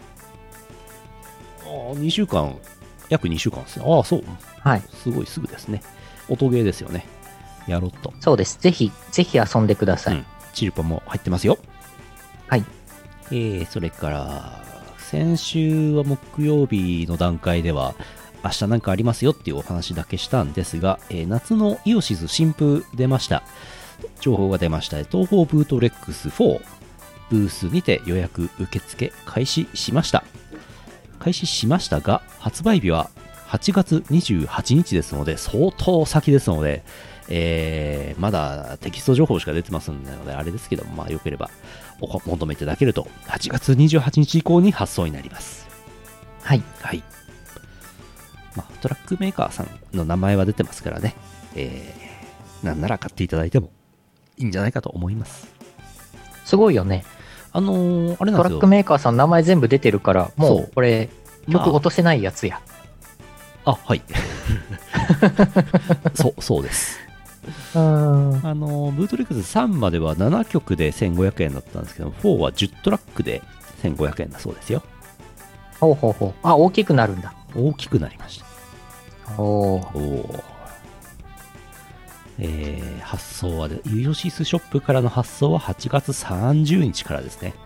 2週間、約2週間ですね。ああ、そう。 はい。 すごいすぐですね。音ゲーですよね。やろっと。 そうです。ぜひ遊んでください。 チルパも入ってますよ。 はい。 それから、先週は木曜日の段階では、明日なんかありますよっていうお話だけしたんですが、夏のイオシス新譜出ました。情報が出ました。東方ブートレックス4ブースにて予約受付開始しましたが、発売日は8月28日ですので、相当先ですので、まだテキスト情報しか出てますので、あれですけども、まあ、よければお求めていただけると、8月28日以降に発送になります。 はい。 はい。まあ、トラックメーカーさんの名前は出てますからね、なんなら買っていただいてもいいんじゃないかと思います。 すごいよね。 あれなんですよ。 トラックメーカーさん名前全部出てるから、もうこれ、曲落とせないやつや。 はい。そうです。ブートレックス3までは7曲で1500円だったんですけど、4は10トラックで1500円だそうですよ。 ほう。あ、大きくなるんだ。 大きくなりました。発送はイオシスショップからの発送は8月30日からですね。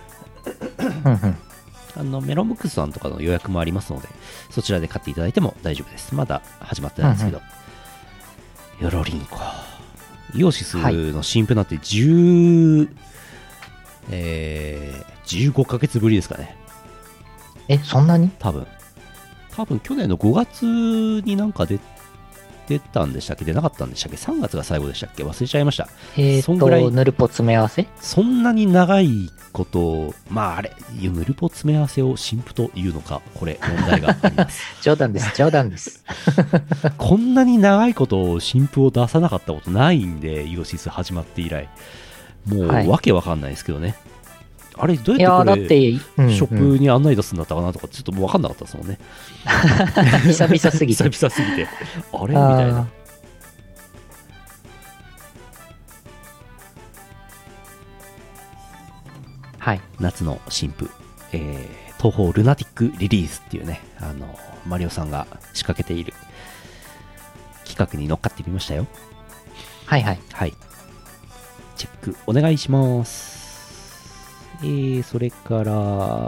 メロンブックスさんとかの予約もありますので、そちらで買っていただいても大丈夫です。まだ始まってないんですけど。ヨロリンコ。イオシスの新譜なんて15ヶ月ぶりですかね。 そんなに？ 多分去年の5月になんか出たんでしたっけ？出なかったんでしたっけ？3月が最後でしたっけ？忘れちゃいました。そんぐらいヌルポ詰め合わせ？そんなに長いことを、まああれ、ヌルポ詰め合わせを新譜というのか、これ問題があります。 冗談です。 こんなに長いことを新譜を出さなかったことないんで、イオシス始まって以来。もう、わけわかんないですけどね。あれ、どうやってこれ、ショップに案内出すんだったかなとか、ちょっとわかんなかったですもんね。 久々すぎて。 あれみたいな。 はい。 夏の新譜、東宝ルナティックリリースっていうね、マリオさんが仕掛けている企画に乗っかってみましたよ。 はい。 チェックお願いします。それから、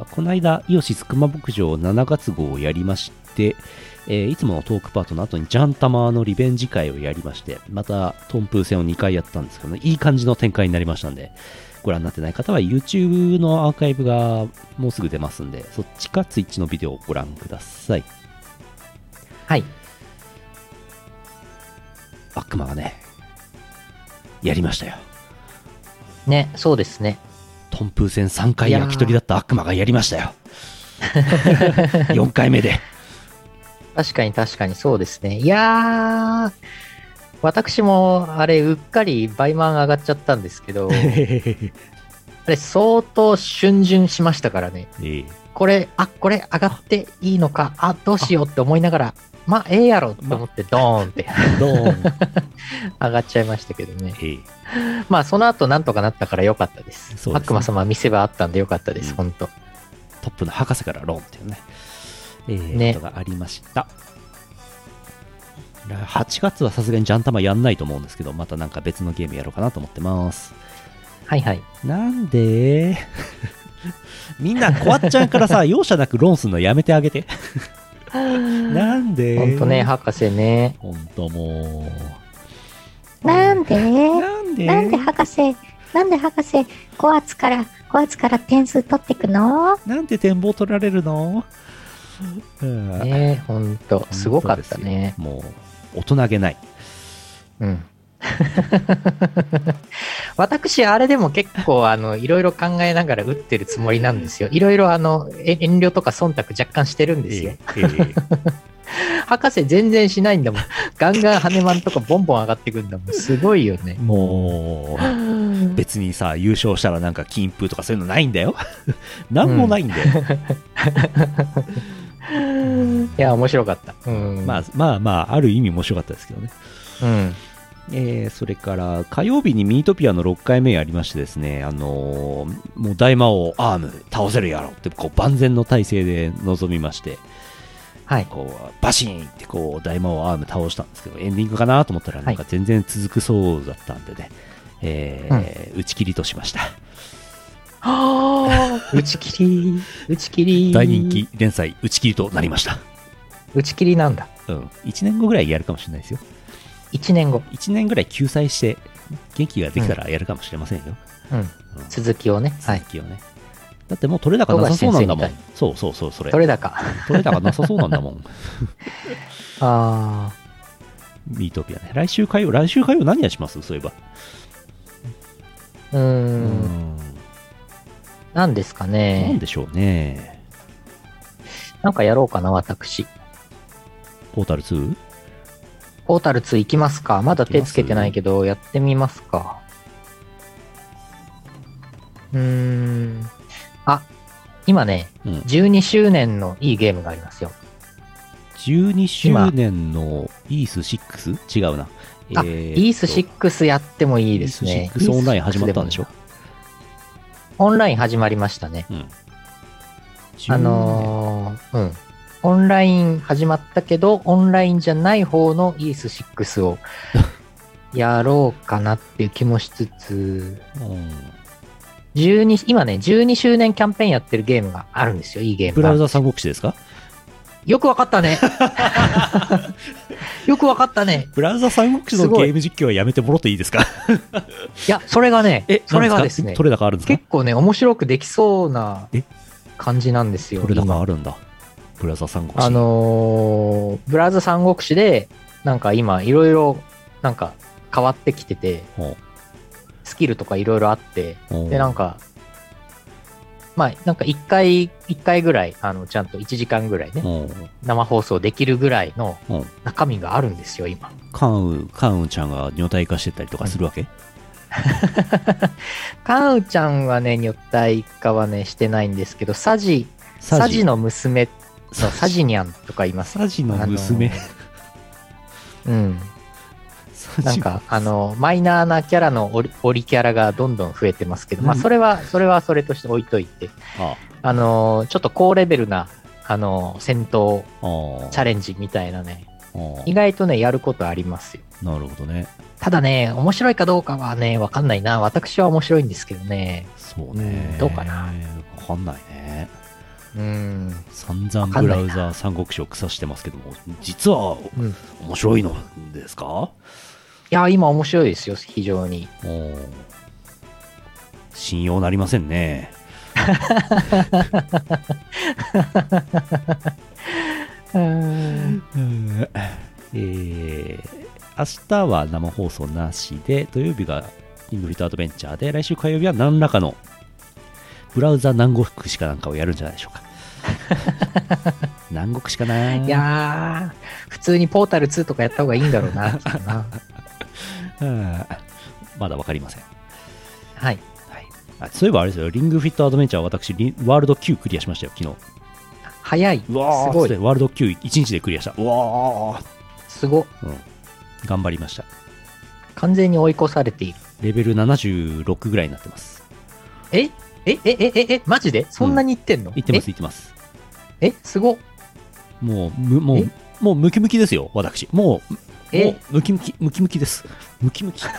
この間、イオシス熊牧場7月号をやりまして、いつものトークパートの後にジャンタマのリベンジ会をやりまして、またトンプー戦を2回やったんですけどね、いい感じの展開になりましたんで、ご覧になってない方は YouTube のアーカイブがもうすぐ出ますんで、そっちか Twitch のビデオをご覧ください。 はい。 悪魔がね、やりましたよ。 ね、そうですね。 トンプー戦3回焼き鳥だった悪魔がやりましたよ。4回目で。 確かに確かにそうですね。いやー、私もあれうっかり倍満上がっちゃったんですけど、あれ相当逡巡しましたからね。これ上がっていいのか、どうしようって思いながら、まあええやろと思ってドーンって上がっちゃいましたけどね。まあその後なんとかなったから良かったです。 そうですね、 悪魔様見せ場あったんで良かったです、本当。 トップの博士からローンっていうね、ことがありました。8月はさすがにジャンタマやんないと思うんですけど、またなんか別のゲームやろうかなと思ってます。 はいはい。 なんでみんなコアっちゃんからさ、容赦なくローンするのやめてあげて。なんでほんとね、博士ね。 ほんともう。なんで博士、コアツから点数取ってくの？ なんで展望取られるの？ ね、ほんと、すごかったね。 もう、大人げない。 うん。私、あれでも結構、いろいろ考えながら打ってるつもりなんですよ。いろいろ、遠慮とか忖度若干してるんですよ。博士全然しないんだもん。ガンガン羽マンとかボンボン上がってくんだもん。すごいよね。 もう、別にさ、優勝したらなんか金封とかそういうのないんだよ。なんもないんだよ。 いや、面白かった。 まあ、ある意味面白かったですけどね。それから火曜日にミートピアの6回目やりましてですね、もう大魔王アーム倒せるやろってこう万全の体制で臨みまして、 はい、 こうバシーンってこう大魔王アーム倒したんですけど、エンディングかなと思ったらなんか全然続くそうだったんでね、打ち切りとしました。 打ち切り大人気連載打ち切りとなりました。 打ち切りなんだ。 1年後ぐらいやるかもしれないですよ。 1年後 1年ぐらい救済して元気ができたらやるかもしれませんよ。 続きをね。 続きをね。だってもう取れ高なさそうなんだもん。そう、それ。 取れ高なさそうなんだもん。ミートピアね。来週火曜何やします？そういえば。 何ですかね。 何でしょうね。 なんかやろうかな、私。 ポータル 2？ ポータル2行きますか。まだ手つけてないけど、やってみますか。今ね、12周年のいいゲームがありますよ。 12周年のイース 6？ 違うな。 イース6やってもいいですね。 イース6オンライン始まったんでしょ？ オンライン始まりましたね。オンライン始まったけど、オンラインじゃない方のイース6をやろうかなっていう気もしつつ、今ね、12周年キャンペーンやってるゲームがあるんですよ。いいゲームが。 ブラウザ三国志ですか？ よくわかったね。よくわかったね。 ブラウザ三国志のゲーム実況はやめてもろっていいですか？ いや、それがね、それがですね、 取れ高あるんですか？ 結構ね、面白くできそうな感じなんですよ。 取れ高あるんだ。ブラウザ三国志。 ブラウザ三国志で、なんか今、いろいろ、なんか変わってきてて、スキルとかいろいろあって、で、なんか、まあ、なんか1回ぐらい、ちゃんと1時間ぐらいね、生放送できるぐらいの中身があるんですよ、今。 カンウちゃんが女体化してたりとかするわけ？ カンウちゃんはね、女体化はね、してないんですけど、サジの娘のサジニャンとかいます。 サジの娘？ なんか、マイナーなキャラのオリキャラがどんどん増えてますけど、まあ、それはそれとして置いといて、ちょっと高レベルな、戦闘チャレンジみたいなね、意外とね、やることありますよ。 なるほどね。 ただね、面白いかどうかはね、わかんないな。私は面白いんですけどね。 そうね。 どうかな。 わかんないね。散々ブラウザ三国志を腐してますけども、実は面白いのですか？ いや、今面白いですよ、非常に。 信用なりませんね。明日は生放送なしで、土曜日がインフリートアドベンチャーで、来週火曜日は何らかのブラウザ南国志かなんかをやるんじゃないでしょうか。南国志かな。 いやー、普通にポータル2とかやった方がいいんだろうな、きっとな。 まだわかりません。 はい。 そういえばあれですよ、リングフィットアドベンチャー、私、ワールド9クリアしましたよ、昨日。 早い。 うわー、 すごい。 ワールド9、1日でクリアした。うわー。 すご、 頑張りました。 完全に追い越されている。 レベル76ぐらいになってます。 マジでそんなにいってんの？ いってます、いってます。 すご。 もうムキムキですよ、私。もうムキムキです。ムキムキ。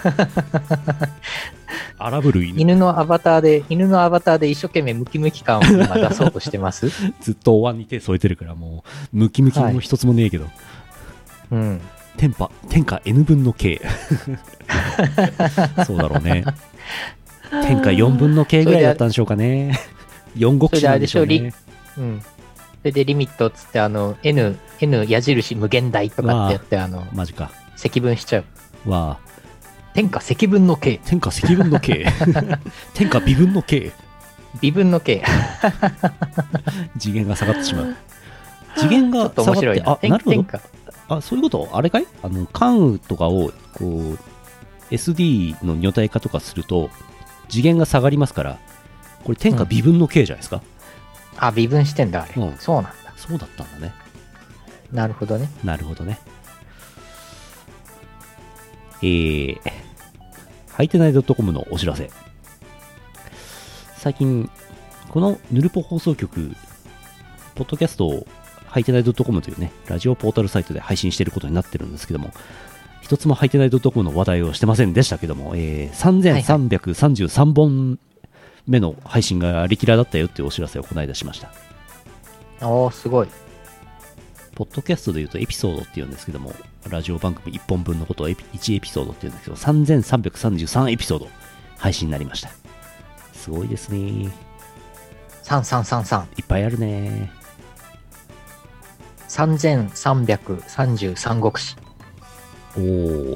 荒ぶる犬のアバターで一生懸命ムキムキ感を今出そうとしてます。 ずっとお椀に手添えてるから、もうムキムキも一つもねえけど。 うん。 天下 N 分の K。そうだろうね。天下4分の K ぐらいだったんでしょうかね。4国志なんでしょうね。 うん。それでリミットっつって、N 矢印無限大とかってやって、 マジか。 積分しちゃう。 わあ。 天下積分の K。 天下積分の K。天下微分の K。 微分の K。 次元が下がってしまう。次元が下がって、 ちょっと面白いな。 なるほど。そういうことあれかい？関羽とかをこう SD の女体化とかすると次元が下がりますから、これ天下微分の K じゃないですか。 微分してんだ、あれ。そうなんだ。 そうだったんだね。 なるほどね。 なるほどね。はいてない .com のお知らせ。最近このヌルポ放送局ポッドキャストをはいてない .com というね、ラジオポータルサイトで配信していることになってるんですけども、一つもはいてない .com の話題をしてませんでしたけども、3333本目の配信がリキラだったよっていうお知らせをこの間しました。 すごい。 ポッドキャストでいうとエピソードっていうんですけども、ラジオ番組1本分のことを1エピソードっていうんですけど、3333エピソード配信になりました。すごいですね。 3333。 いっぱいあるね。 3333国志。 い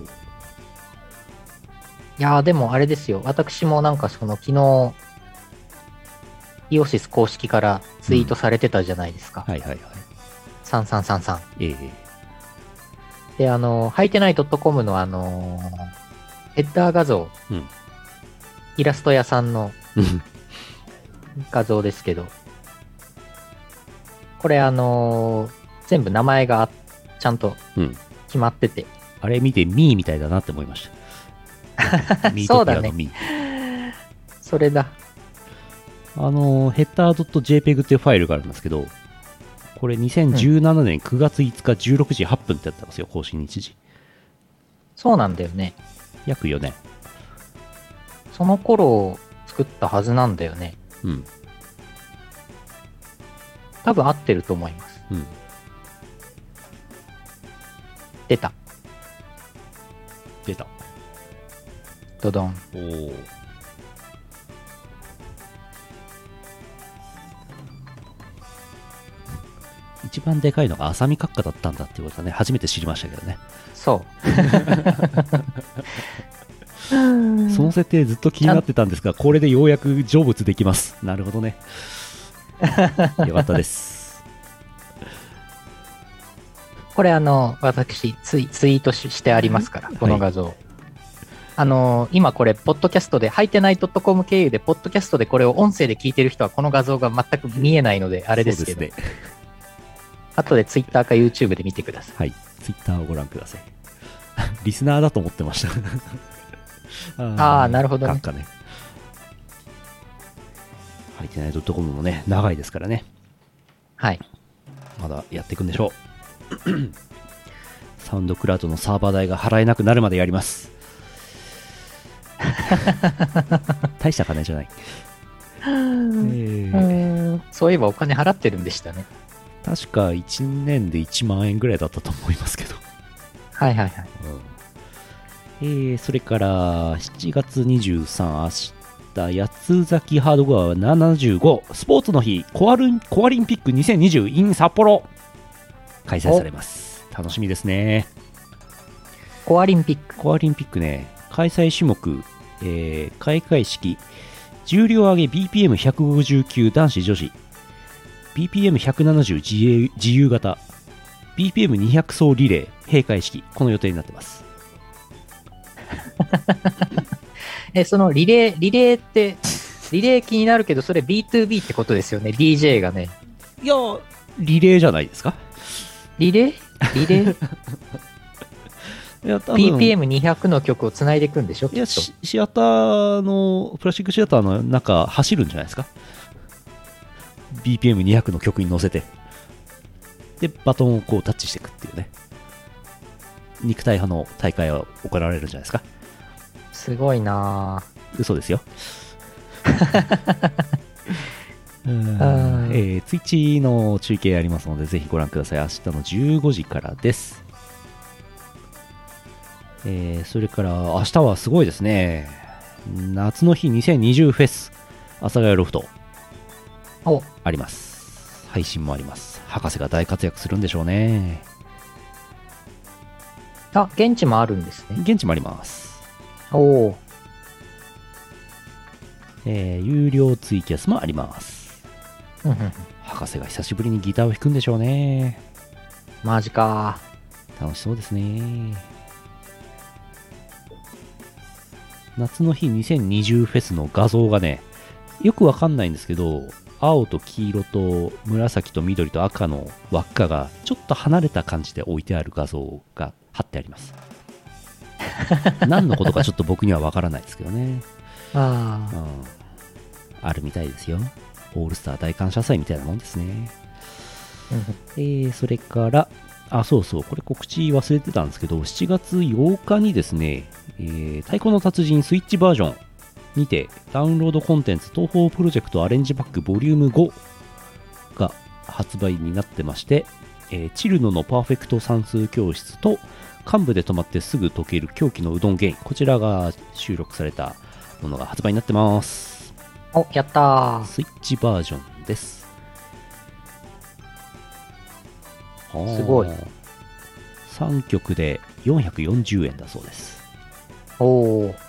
やー、でもあれですよ。私もなんか昨日、イオシス公式からツイートされてたじゃないですか。 はいはいはい。 3333。で、はいてない .com のヘッダー画像、イラスト屋さんの画像ですけど、これ全部名前がちゃんと決まってて、 あれ見てミーみたいだなって思いました。ミートピアのミー。 それだ。 ヘッダー .jpg っていうファイルがあるんですけど、これ2017年9月5日16時8分ってやったんですよ、更新日時。 そうなんだよね。 約4年。 その頃作ったはずなんだよね。多分合ってると思います。出た。ドドン。 一番でかいのが浅見閣下だったんだっていうことはね、初めて知りましたけどね。 そう 。その設定ずっと気になってたんですが、これでようやく成仏できます。なるほどね。よかったです。 これ私ツイートしてありますから、この画像。今これ、ポッドキャストで、はいてない .com 経由で、ポッドキャストでこれを音声で聞いてる人は、この画像が全く見えないので、あれですけど。そうですね。後でツイッターか YouTube で見てください。 はい。ツイッターをご覧ください。リスナーだと思ってました。 なるほどね。 はいてない .com もね、長いですからね。 はい。 まだやっていくんでしょう。サウンドクラウドのサーバー代が払えなくなるまでやります。大した金じゃない。 そういえばお金払ってるんでしたね。 確か1年で1万円ぐらいだったと思いますけど。 はいはいはい。それから7月23、明日、八つ崎ハードコア75、スポーツの日、コアリンピック2020 in 札幌、開催されます。楽しみですね。 コアリンピック。 コアリンピックね、開催種目、開会式、 重量上げ BPM159 男子女子 BPM170 自由形 BPM200 走リレー閉会式、この予定になってます。 そのリレーってリレー気になるけど、それ B2B ってことですよね。 DJ がね。 いやリレーじゃないですか。 リレーいや多分 BPM200 の曲をつないでいくんでしょ。 いやシアターのプラスチックシアターの中走るんじゃないですか。 BPM200 の曲に乗せて、でバトンをこうタッチしていくっていうね、肉体派の大会は行われるんじゃないですか。 すごいなぁ。 嘘ですよ。ツイッチの中継ありますのでぜひご覧ください。明日の15時からです。それから明日はすごいですね。夏の日2020フェス阿佐ヶ谷ロフトあります。配信もあります。博士が大活躍するんでしょうね。 あ、現地もあるんですね。 現地もあります。 おお。 有料ツイキャスもあります。博士が久しぶりにギターを弾くんでしょうね。 マジか。 楽しそうですね。夏の日2020フェスの画像がね、よくわかんないんですけど、青と黄色と紫と緑と赤の輪っかがちょっと離れた感じで置いてある画像が貼ってあります。何のことかちょっと僕にはわからないですけどね。あるみたいですよ。オールスター大感謝祭みたいなもんですね。それからそうそう、これ告知忘れてたんですけど、7月8日にですね、太鼓の達人スイッチバージョンにてダウンロードコンテンツ東宝プロジェクトアレンジバックボリューム5が発売になってまして、チルノのパーフェクト算数教室と幹部で止まってすぐ解ける狂気のうどんゲイン、こちらが収録されたものが発売になってます。 お、やったー。 スイッチバージョンです。 すごい。 3曲で440円だそうです。 おー。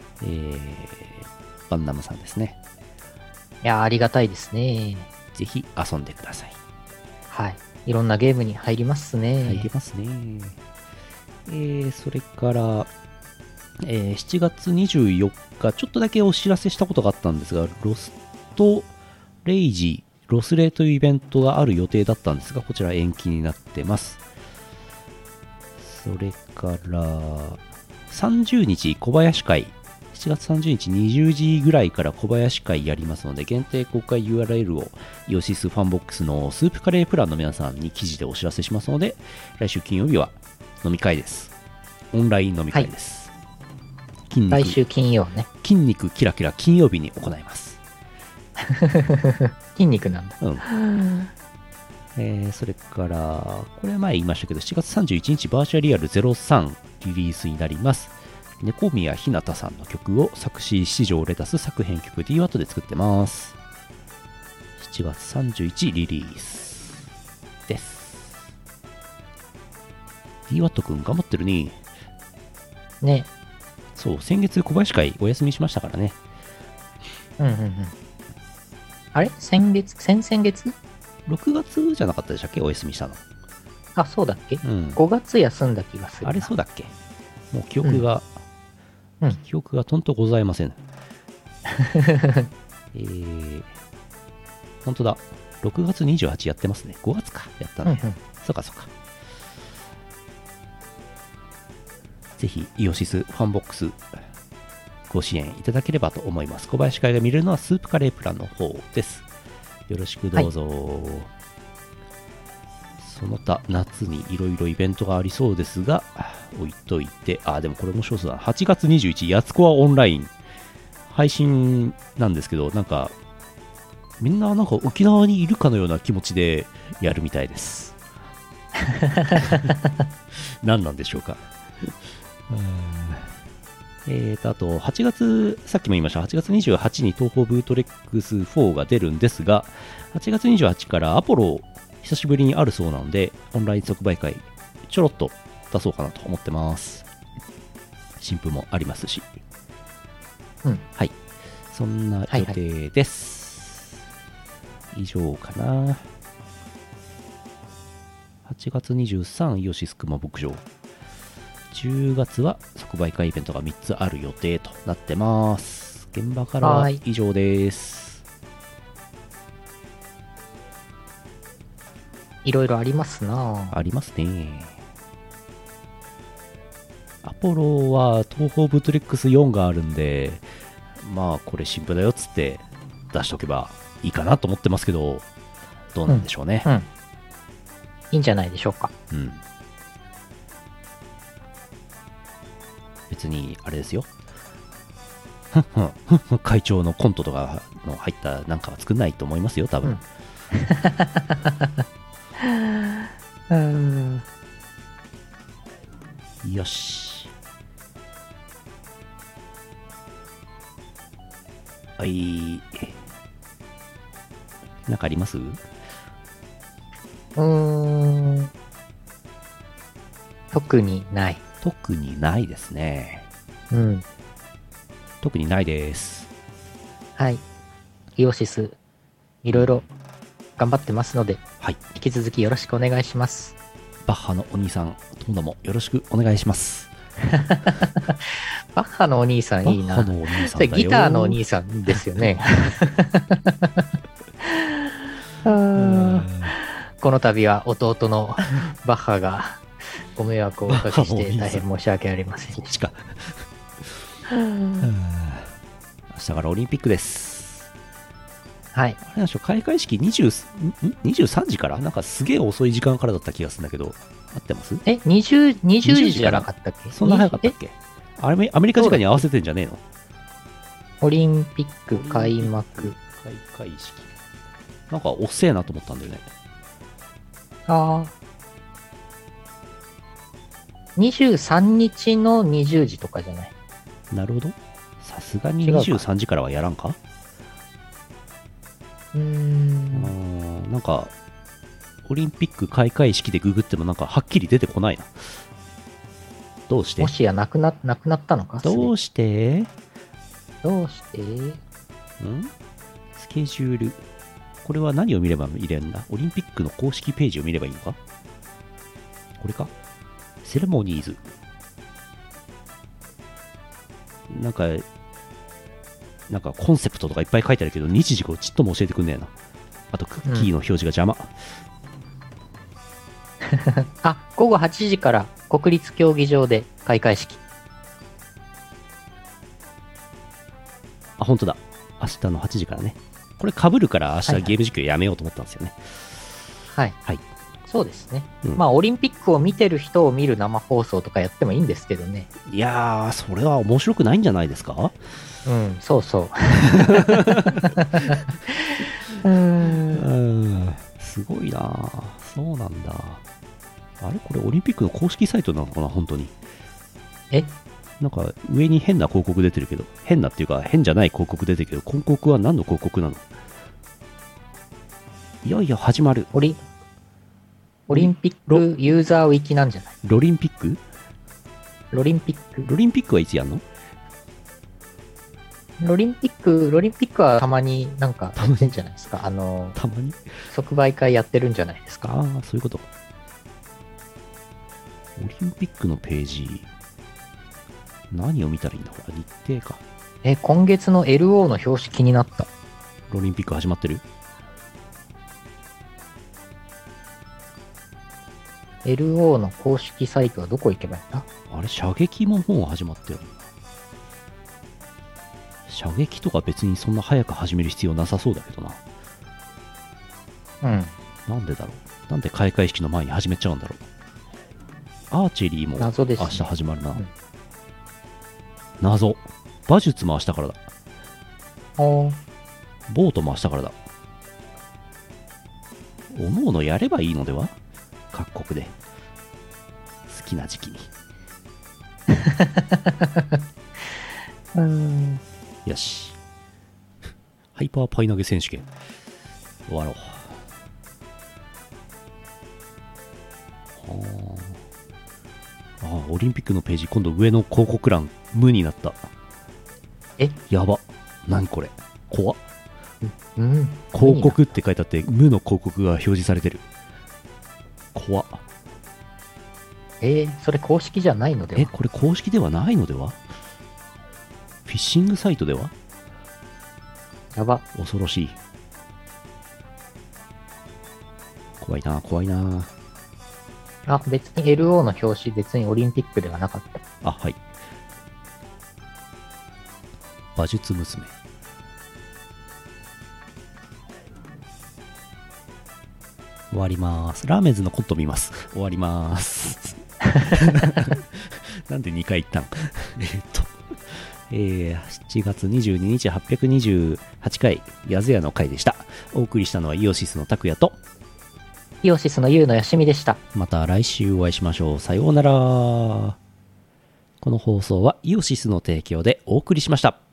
バンナムさんですね。 いや、ありがたいですね。 ぜひ遊んでください。 はい。いろんなゲームに入りますね。 入りますね。それから、7月24日、ちょっとだけお知らせしたことがあったんですが、ロストレイジ、ロスレイというイベントがある予定だったんですが、こちら延期になってます。それから、30日小林会、7月30日20時ぐらいから小林会やりますので、限定公開 URL をイオシスファンボックスのスープカレープランの皆さんに記事でお知らせしますので、来週金曜日は飲み会です。オンライン飲み会です。 はい、来週金曜ね。 筋肉キラキラ金曜日に行います。 筋肉なんだ。 それから、これは前言いましたけど、7月31日バーチャリアル03リリースになります。猫宮ひなたさんの曲を作詞七条レタス作編曲 DWAT で作ってます。7月31リリースです。DWAT くん頑張ってるね。 ね。 そう、先月小林会お休みしましたからね。 あれ先々月 ?6 月じゃなかったでしたっけ、お休みしたの。 あ、そうだっけ、5月休んだ気がする。 あれそうだっけ。もう記憶が、記憶がとんとございません。本当だ。6月28やってますね。5月か。やったね。そうかそうか。ぜひ、イオシスファンボックスご支援いただければと思います。小林会が見れるのはスープカレープランの方です。よろしくどうぞ。その他、夏にいろいろイベントがありそうですが、置いといて、でもこれ面白そうだ。8月21日、やつこはオンライン。配信なんですけど、なんか、みんななんか沖縄にいるかのような気持ちでやるみたいです。何なんでしょうか。あと、8月、さっきも言いました、8月28日に東宝ブートレックス4が出るんですが、8月28日からアポロ、久しぶりにあるそうなので、オンライン即売会、ちょろっと出そうかなと思ってます。新譜もありますし。はい。 そんな予定です。以上かな。8月23イオシスクマ牧場。10月は即売会イベントが3つある予定となってます。現場からは以上です。 いろいろありますな。 ありますね。アポロは東方ブートレックス4があるんで、まあこれ新譜だよっつって出しとけばいいかなと思ってますけど、どうなんでしょうね。 いいんじゃないでしょうか。 別にあれですよ。会長のコントとかの入ったなんかは作んないと思いますよ、多分。よし。はい。なんかあります？ 特にない。 特にないですね。特にないです。 はい。イオシス、いろいろ頑張ってますので、 はい。 引き続きよろしくお願いします。 バッハのお兄さん、どうもよろしくお願いします。 バッハのお兄さんいいな。 バッハのお兄さんだよ。 ギターのお兄さんですよね。この度は弟のバッハがご迷惑をおかけして大変申し訳ありません。 そっちか。明日からオリンピックです。 はい。 あれなんでしょう、開会式23時からなんかすげえ遅い時間からだった気がするんだけど、合ってます ？20時じゃなかったっけ？ そんな早かったっけ？アメリカ時間に合わせてんじゃねえの？ オリンピック開幕。 開会式。なんか遅えなと思ったんだよね。 ああ。23日の20時とかじゃない？ なるほど。さすがに23時からはやらんか？なんか、オリンピック開会式でググってもなんかはっきり出てこないな。どうして？ もしやなくなったのか？ どうして？スケジュール。これは何を見れば見れるんだ？オリンピックの公式ページを見ればいいのか？これか？セレモニーズ。なんかコンセプトとかいっぱい書いてあるけど、日時をちっとも教えてくんねえな。あとクッキーの表示が邪魔。 午後8時から国立競技場で開会式。 本当だ。明日の8時からね。これ被るから明日ゲーム実況やめようと思ったんですよね。 はい。そうですね。まあ、オリンピックを見てる人を見る生放送とかやってもいいんですけどね。 いやー、それは面白くないんじゃないですか？ そうそう。 すごいな。そうなんだ。あれこれオリンピックの公式サイトなのかな本当に。なんか上に変な広告出てるけど、変なっていうか変じゃない広告出てるけど、広告は何の広告なの？いよいよ始まる。 オリンピックユーザーウィキなんじゃない？ ロリンピック？ ロリンピックはいつやんの？ ロリンピックはたまになんかやってんじゃないですか。たまに即売会やってるんじゃないですか。 ああ、そういうこと。オリンピックのページ、何を見たらいいんだ？日程か。 今月の LO の表紙気になった。 ロリンピック始まってる ？LO の公式サイトはどこ行けばいいんだ？ あれ、射撃ももう始まってる。射撃とか別にそんな早く始める必要なさそうだけどな。なんでだろう。なんで開会式の前に始めちゃうんだろう。アーチェリーも明日始まるな。謎。馬術も明日からだ。ボートも明日からだ。おのおのやればいいのでは？各国で好きな時期に。よし。ハイパーパイ投げ選手権終わろう。オリンピックのページ今度上の広告欄無になった。 やば。 何これ怖っ。 うん。 広告って書いてあって無の広告が表示されてる。怖っ。 それ公式じゃないのでは？ これ公式ではないのでは？フィッシングサイトでは？ やば。 恐ろしい。怖いな怖いな。 あ、別に LO の表紙、別にオリンピックではなかった。 あ、はい。馬術娘。終わります。ラーメンズのコント見ます。終わります。なんで2回言ったの7月22日828回やずやの回でした。お送りしたのはイオシスの拓也とイオシスのユウのよしみでした。 また来週お会いしましょう。さようなら。この放送はイオシスの提供でお送りしました。